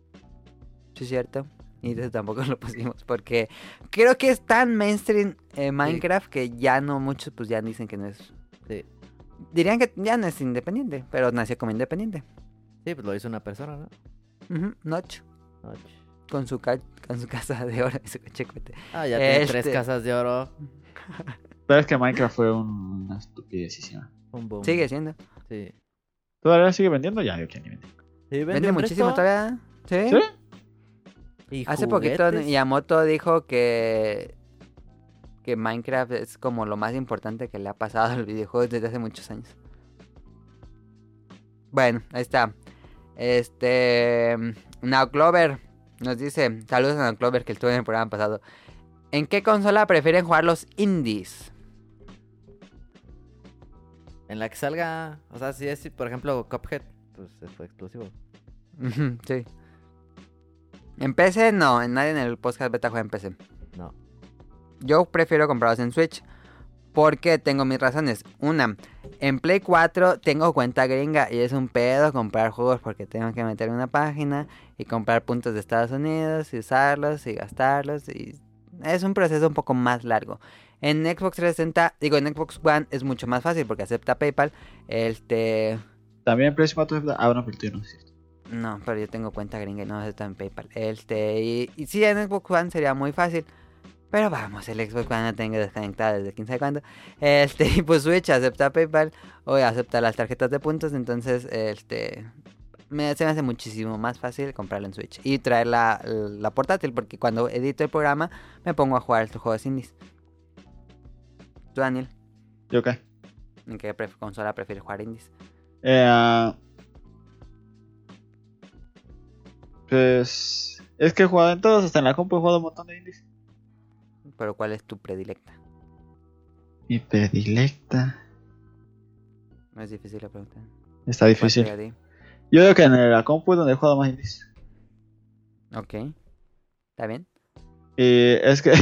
es cierto. Y ese tampoco lo pusimos porque creo que es tan mainstream Minecraft que ya no muchos pues ya dicen que no es. Sí. Dirían que ya no es independiente, pero nació como independiente. Sí, pues lo hizo una persona, ¿no? Notch, Och. con su casa de oro y su coche. Ah, ya tiene Este- 3 casas de oro. Pero es que Minecraft fue una estupidezísima. Un boom. Sigue siendo. Sí. ¿Todavía sigue vendiendo? Ya, yo quién ni vende. Sí, Vende muchísimo todavía. ¿Sí? ¿Sí? ¿Y Hace poquito juguetes? Miyamoto dijo que Minecraft es como lo más importante que le ha pasado a los videojuegos desde hace muchos años. Bueno, ahí está. Now Clover nos dice, saludos a Now Clover que estuvo en el programa pasado. ¿En qué consola prefieren jugar los indies? En la que salga, o sea, si es, por ejemplo, Cuphead, pues fue exclusivo. Ujú, sí. En PC no, nadie en el podcast beta juega en PC. No. Yo prefiero comprarlos en Switch. Porque tengo mis razones. Una, en Play 4 tengo cuenta gringa y es un pedo comprar juegos porque tengo que meter una página y comprar puntos de Estados Unidos y usarlos y gastarlos y es un proceso un poco más largo. En Xbox 360, digo en Xbox One es mucho más fácil porque acepta PayPal. También PS4. Ah, no, pero tú no es cierto. No, pero yo tengo cuenta gringa y no acepta en PayPal. Y sí, en Xbox One sería muy fácil. Pero vamos, el Xbox One lo tengo desconectado desde quién sabe cuándo. Y pues Switch acepta PayPal o acepta las tarjetas de puntos. Entonces, se me hace muchísimo más fácil comprarlo en Switch. Y traer la portátil, porque cuando edito el programa me pongo a jugar estos juegos indies. ¿Tú, Daniel? ¿Yo qué? ¿En qué consola prefieres jugar indies? Pues... Es que he jugado en todos, hasta en la compu he jugado un montón de indies. Pero ¿cuál es tu predilecta? Mi predilecta... No es difícil la pregunta. Está difícil. ¿Cuál sería a ti? Yo creo que en la compu es donde he jugado más indies. Ok. ¿Está bien? Y es que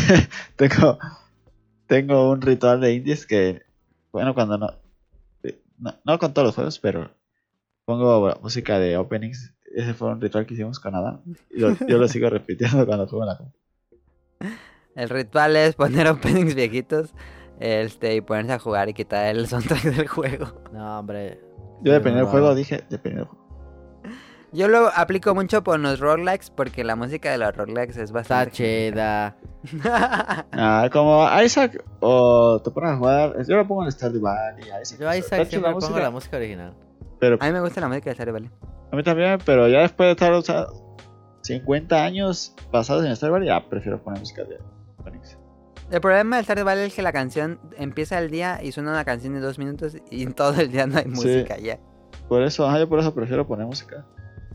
tengo un ritual de indies que, bueno, cuando no con todos los juegos, pero pongo música de openings. Ese fue un ritual que hicimos con Adam. Y yo lo sigo repitiendo cuando juego en la compu. El ritual es poner openings viejitos y ponerse a jugar y quitar el soundtrack del juego. No, hombre. Yo dependiendo del no, juego no. dije, dependiendo del juego. Yo lo aplico mucho por los roguelikes porque la música de los roguelikes es Está bastante... chida. Como Isaac o te pones a jugar, yo lo pongo en Stardew Valley, Isaac. Yo a Está Isaac chida siempre pongo la música original. pero A mí me gusta la música de Stardew Valley. a mí también, pero ya después de estar 50 años pasados en Stardew Valley, ya prefiero poner música de openings. El problema del Stardew Valley es que la canción empieza el día y suena una canción de 2 minutos y en todo el día no hay música ya. Por eso, yo por eso prefiero poner música.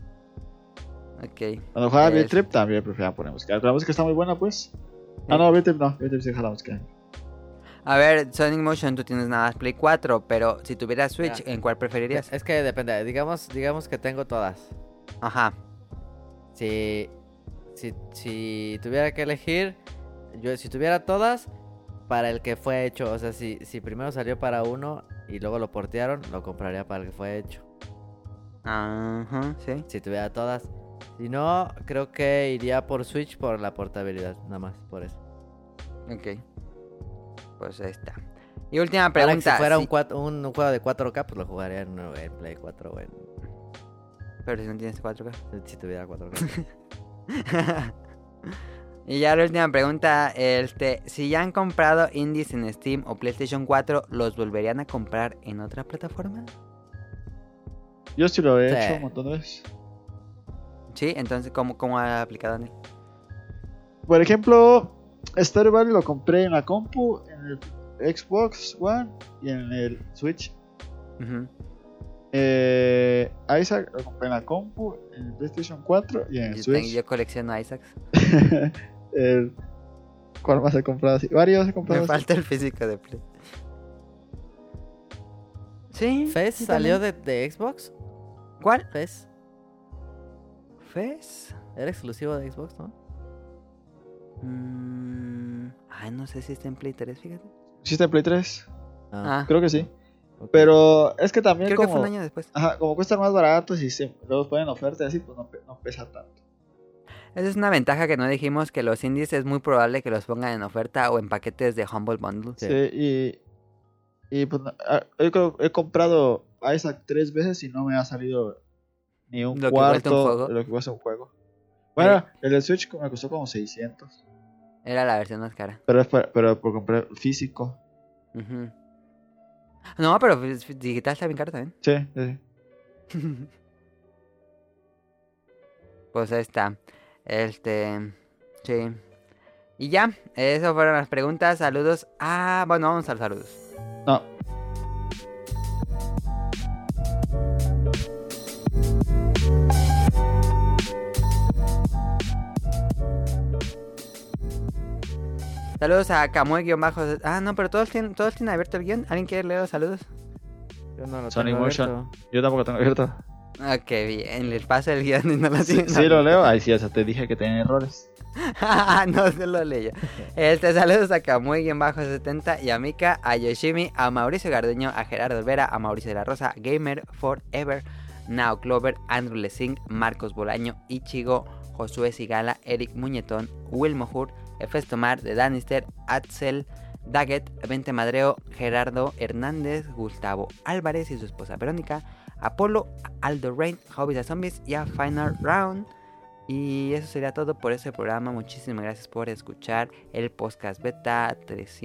Ok. Cuando jugaba Es- Beat Trip también prefería poner música. La música está muy buena, pues. Ah, no, Beat Trip no. Beat Trip sí deja la música. A ver, Sonic Motion, tú tienes nada más Play 4, pero si tuvieras Switch, Ya. ¿en cuál preferirías? Es que depende. Digamos que tengo todas. Ajá. Si tuviera que elegir, si tuviera todas, para el que fue hecho. O sea, si primero salió para uno y luego lo portearon, lo compraría para el que fue hecho. Ajá, sí. Si tuviera todas. Si no, creo que iría por Switch por la portabilidad, nada más, por eso. Ok. Pues ahí está. Y última Ahora que pregunta. si fuera sí- un juego de 4K, pues lo jugaría en Play 4 o Pero si no tienes 4K. si tuviera 4K. Y ya la última pregunta, si ya han comprado indies en Steam o PlayStation 4, ¿los volverían a comprar en otra plataforma? Yo sí lo he Sí. hecho un montón de veces. Sí, entonces, ¿cómo ha aplicado Daniel? Por ejemplo, Stardew Valley lo compré en la compu, en el Xbox One y en el Switch. Ujú. Isaac lo compré en la compu, en el PlayStation 4 y en el Switch. Yo colecciono Isaacs. ¿Cuál más he comprado así? Varios he comprado Me así. falta el físico de Play. Sí. ¿Fez sí, salió también. de Xbox? ¿Cuál? ¿Fez? ¿Fez? Era exclusivo de Xbox, ¿no? No sé si está en Play 3, fíjate. ¿Sí está en Play 3? Ah, Creo que sí. ok. Pero es que también creo que como... fue un año después. Ajá, como cuestan más baratos y luego ponen ofertas así, pues no pesa tanto. Esa es una ventaja que no dijimos, que los indies es muy probable que los pongan en oferta o en paquetes de Humble Bundle. Sí. Sí, Y pues he comprado Isaac 3 veces y no me ha salido ni un Lo que cuesta un cuarto juego. de lo que cuesta un juego. Bueno, el de Switch me costó como 600. Era la versión más cara. Pero es pero por comprar físico. Ujú. No, pero digital está bien caro también. Sí. Pues ahí está. Sí. Y ya, eso fueron las preguntas. Saludos. Bueno, vamos a los saludos. No. Saludos a Kamui-bajo. No, pero todos tienen abierto el guión. ¿Alguien quiere leer los saludos? Yo no lo Sonic tengo Motion. abierto. Yo tampoco tengo abierto. Qué bien, les paso el guión y no lo Sí, tienen. sí lo leo. Ay, sí, hasta te dije que tenía errores. No se lo leyo. Saludos a Kamui-70 y a Mika, a Yoshimi, a Mauricio Garduño, a Gerardo Olvera, a Mauricio de la Rosa, Gamer Forever, Now Clover, Andrew Lessing, Marcos Bolaño, Ichigo, Josué Sigala, Eric Muñetón, Wilmo Hur, Efestomar de Danister, Axel Daggett, Vente Madreo, Gerardo Hernández, Gustavo Álvarez y su esposa Verónica, Apolo, Aldo Rain, Hobbies a Zombies y a Final Round. Y eso sería todo por este programa. Muchísimas gracias por escuchar el podcast beta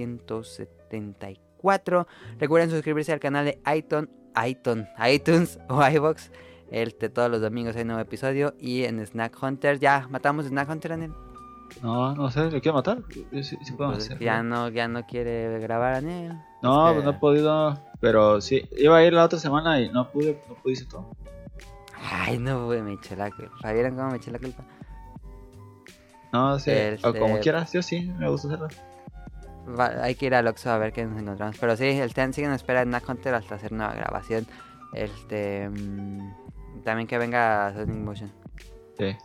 374. Recuerden suscribirse al canal de iTunes o iVoox. Todos los domingos hay un nuevo episodio. Y en Snack Hunter, ya matamos a Snack Hunter, Daniel. No sé, ¿lo quiero matar? Sí podemos Pues hacer. ya no quiere grabar, Daniel. No, Es que- no he podido. Pero sí, iba a ir la otra semana y no pude hacer todo. Ay, no, me eché la culpa. ¿Vieron cómo me eché la culpa? No sé, o como Este- quieras, yo sí, me gusta hacerlo. Hay que ir al Oxxo a ver qué nos encontramos. Pero sí, el TEN sigue en espera de Snack Hunter hasta hacer nueva grabación. También que venga Sonic Motion. Sí.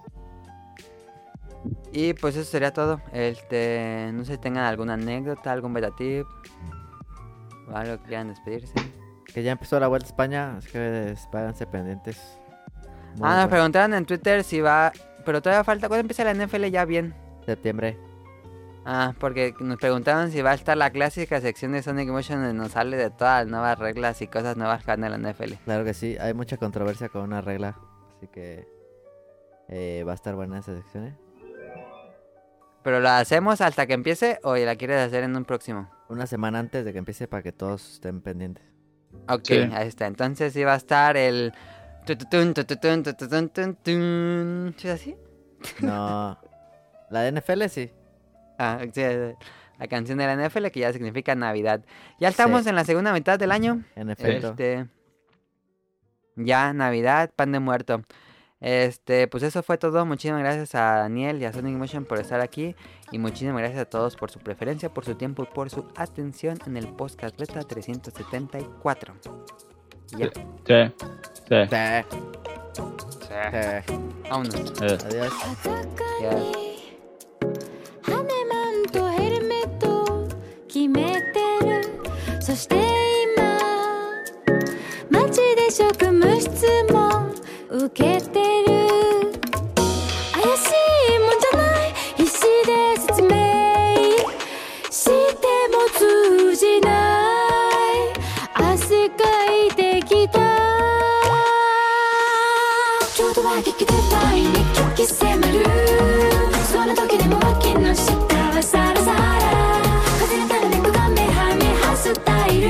Y pues eso sería todo. No sé si tengan alguna anécdota, algún beta tip o algo que quieran despedirse. Que ya empezó la Vuelta a España, así que váyanse pendientes. Muy Nos bueno. preguntaron en Twitter si va. Pero todavía falta. ¿Cuándo empieza la NFL ya bien? Septiembre. Porque nos preguntaron si va a estar la clásica sección de Sonic Motion donde nos sale de todas las nuevas reglas y cosas nuevas que van en la NFL. Claro que sí, hay mucha controversia con una regla, así que va a estar buena esa sección, ¿eh? ¿Pero la hacemos hasta que empiece o la quieres hacer en un próximo? Una semana antes de que empiece para que todos estén pendientes. Ok, Sí. ahí está. Entonces sí va a estar el... tututun, tututun, tututun, tutun. ¿Sí es así? No, la de NFL sí. Sí, la canción de la NFL que ya significa Navidad. Ya estamos Sí. en la segunda mitad del año. En efecto. Ya Navidad, pan de muerto. Pues eso fue todo. Muchísimas gracias a Daniel y a Sonic Motion por estar aquí. Y muchísimas gracias a todos por su preferencia, por su tiempo y por su atención en el podcast beta 374. Y ya. Sí. Vámonos. Adiós. 裸に羽マンとヘルメット決めてる。そして今街で職務質問受けてる。怪しいもんじゃない必死で説明しても通じない汗かいてきた。ちょうどは聞きで前に聞き迫る。その時でも脇の下はサラサラ。風になる猫が目はめはスタイル。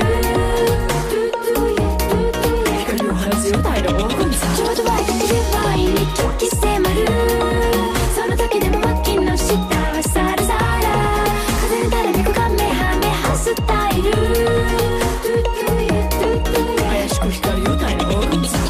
光を放つよ太陽黄金さ。ちょうどは聞きで前に聞き迫る。その時でも脇の下はサラサラ。風になる猫が目はめはスタイル。怪しく光るよ太陽黄金さ。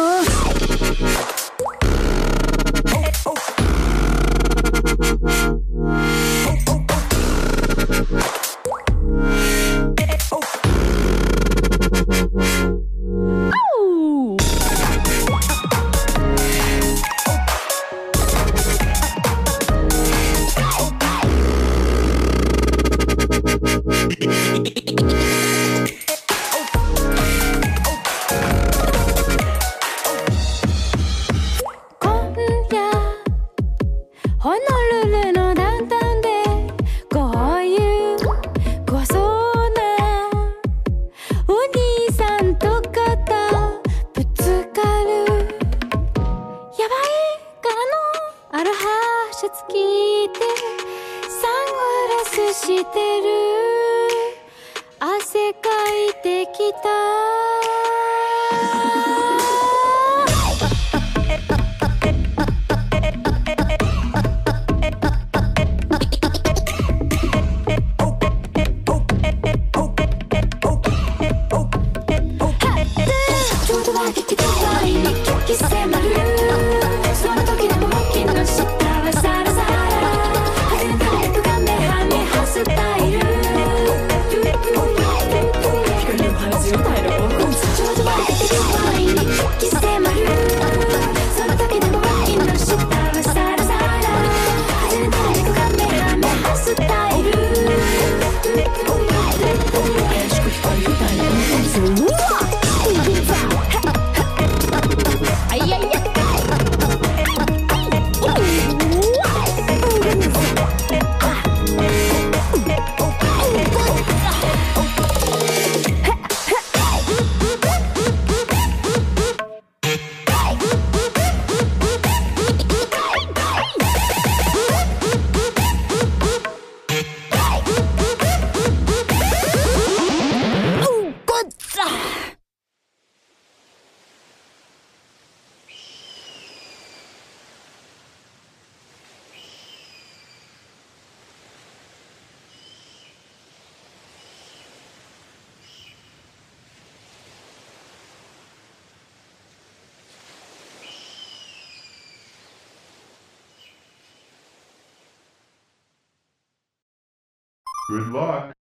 今夜ホノルルのダウンタウンでこういう怖そうな聞いてサングラスしてる汗かいてきたちょうどは聞きたいに聞き迫るその時でも脇の下はサラサラ外れたリップが目はめはスタイル光を放つよタイルちょうどは聞きたいに聞き迫るその時でも脇の下はサラサラ外れたリップが目はめはスタイル怪しく光るタイルうわっay, ay, ay. Good luck.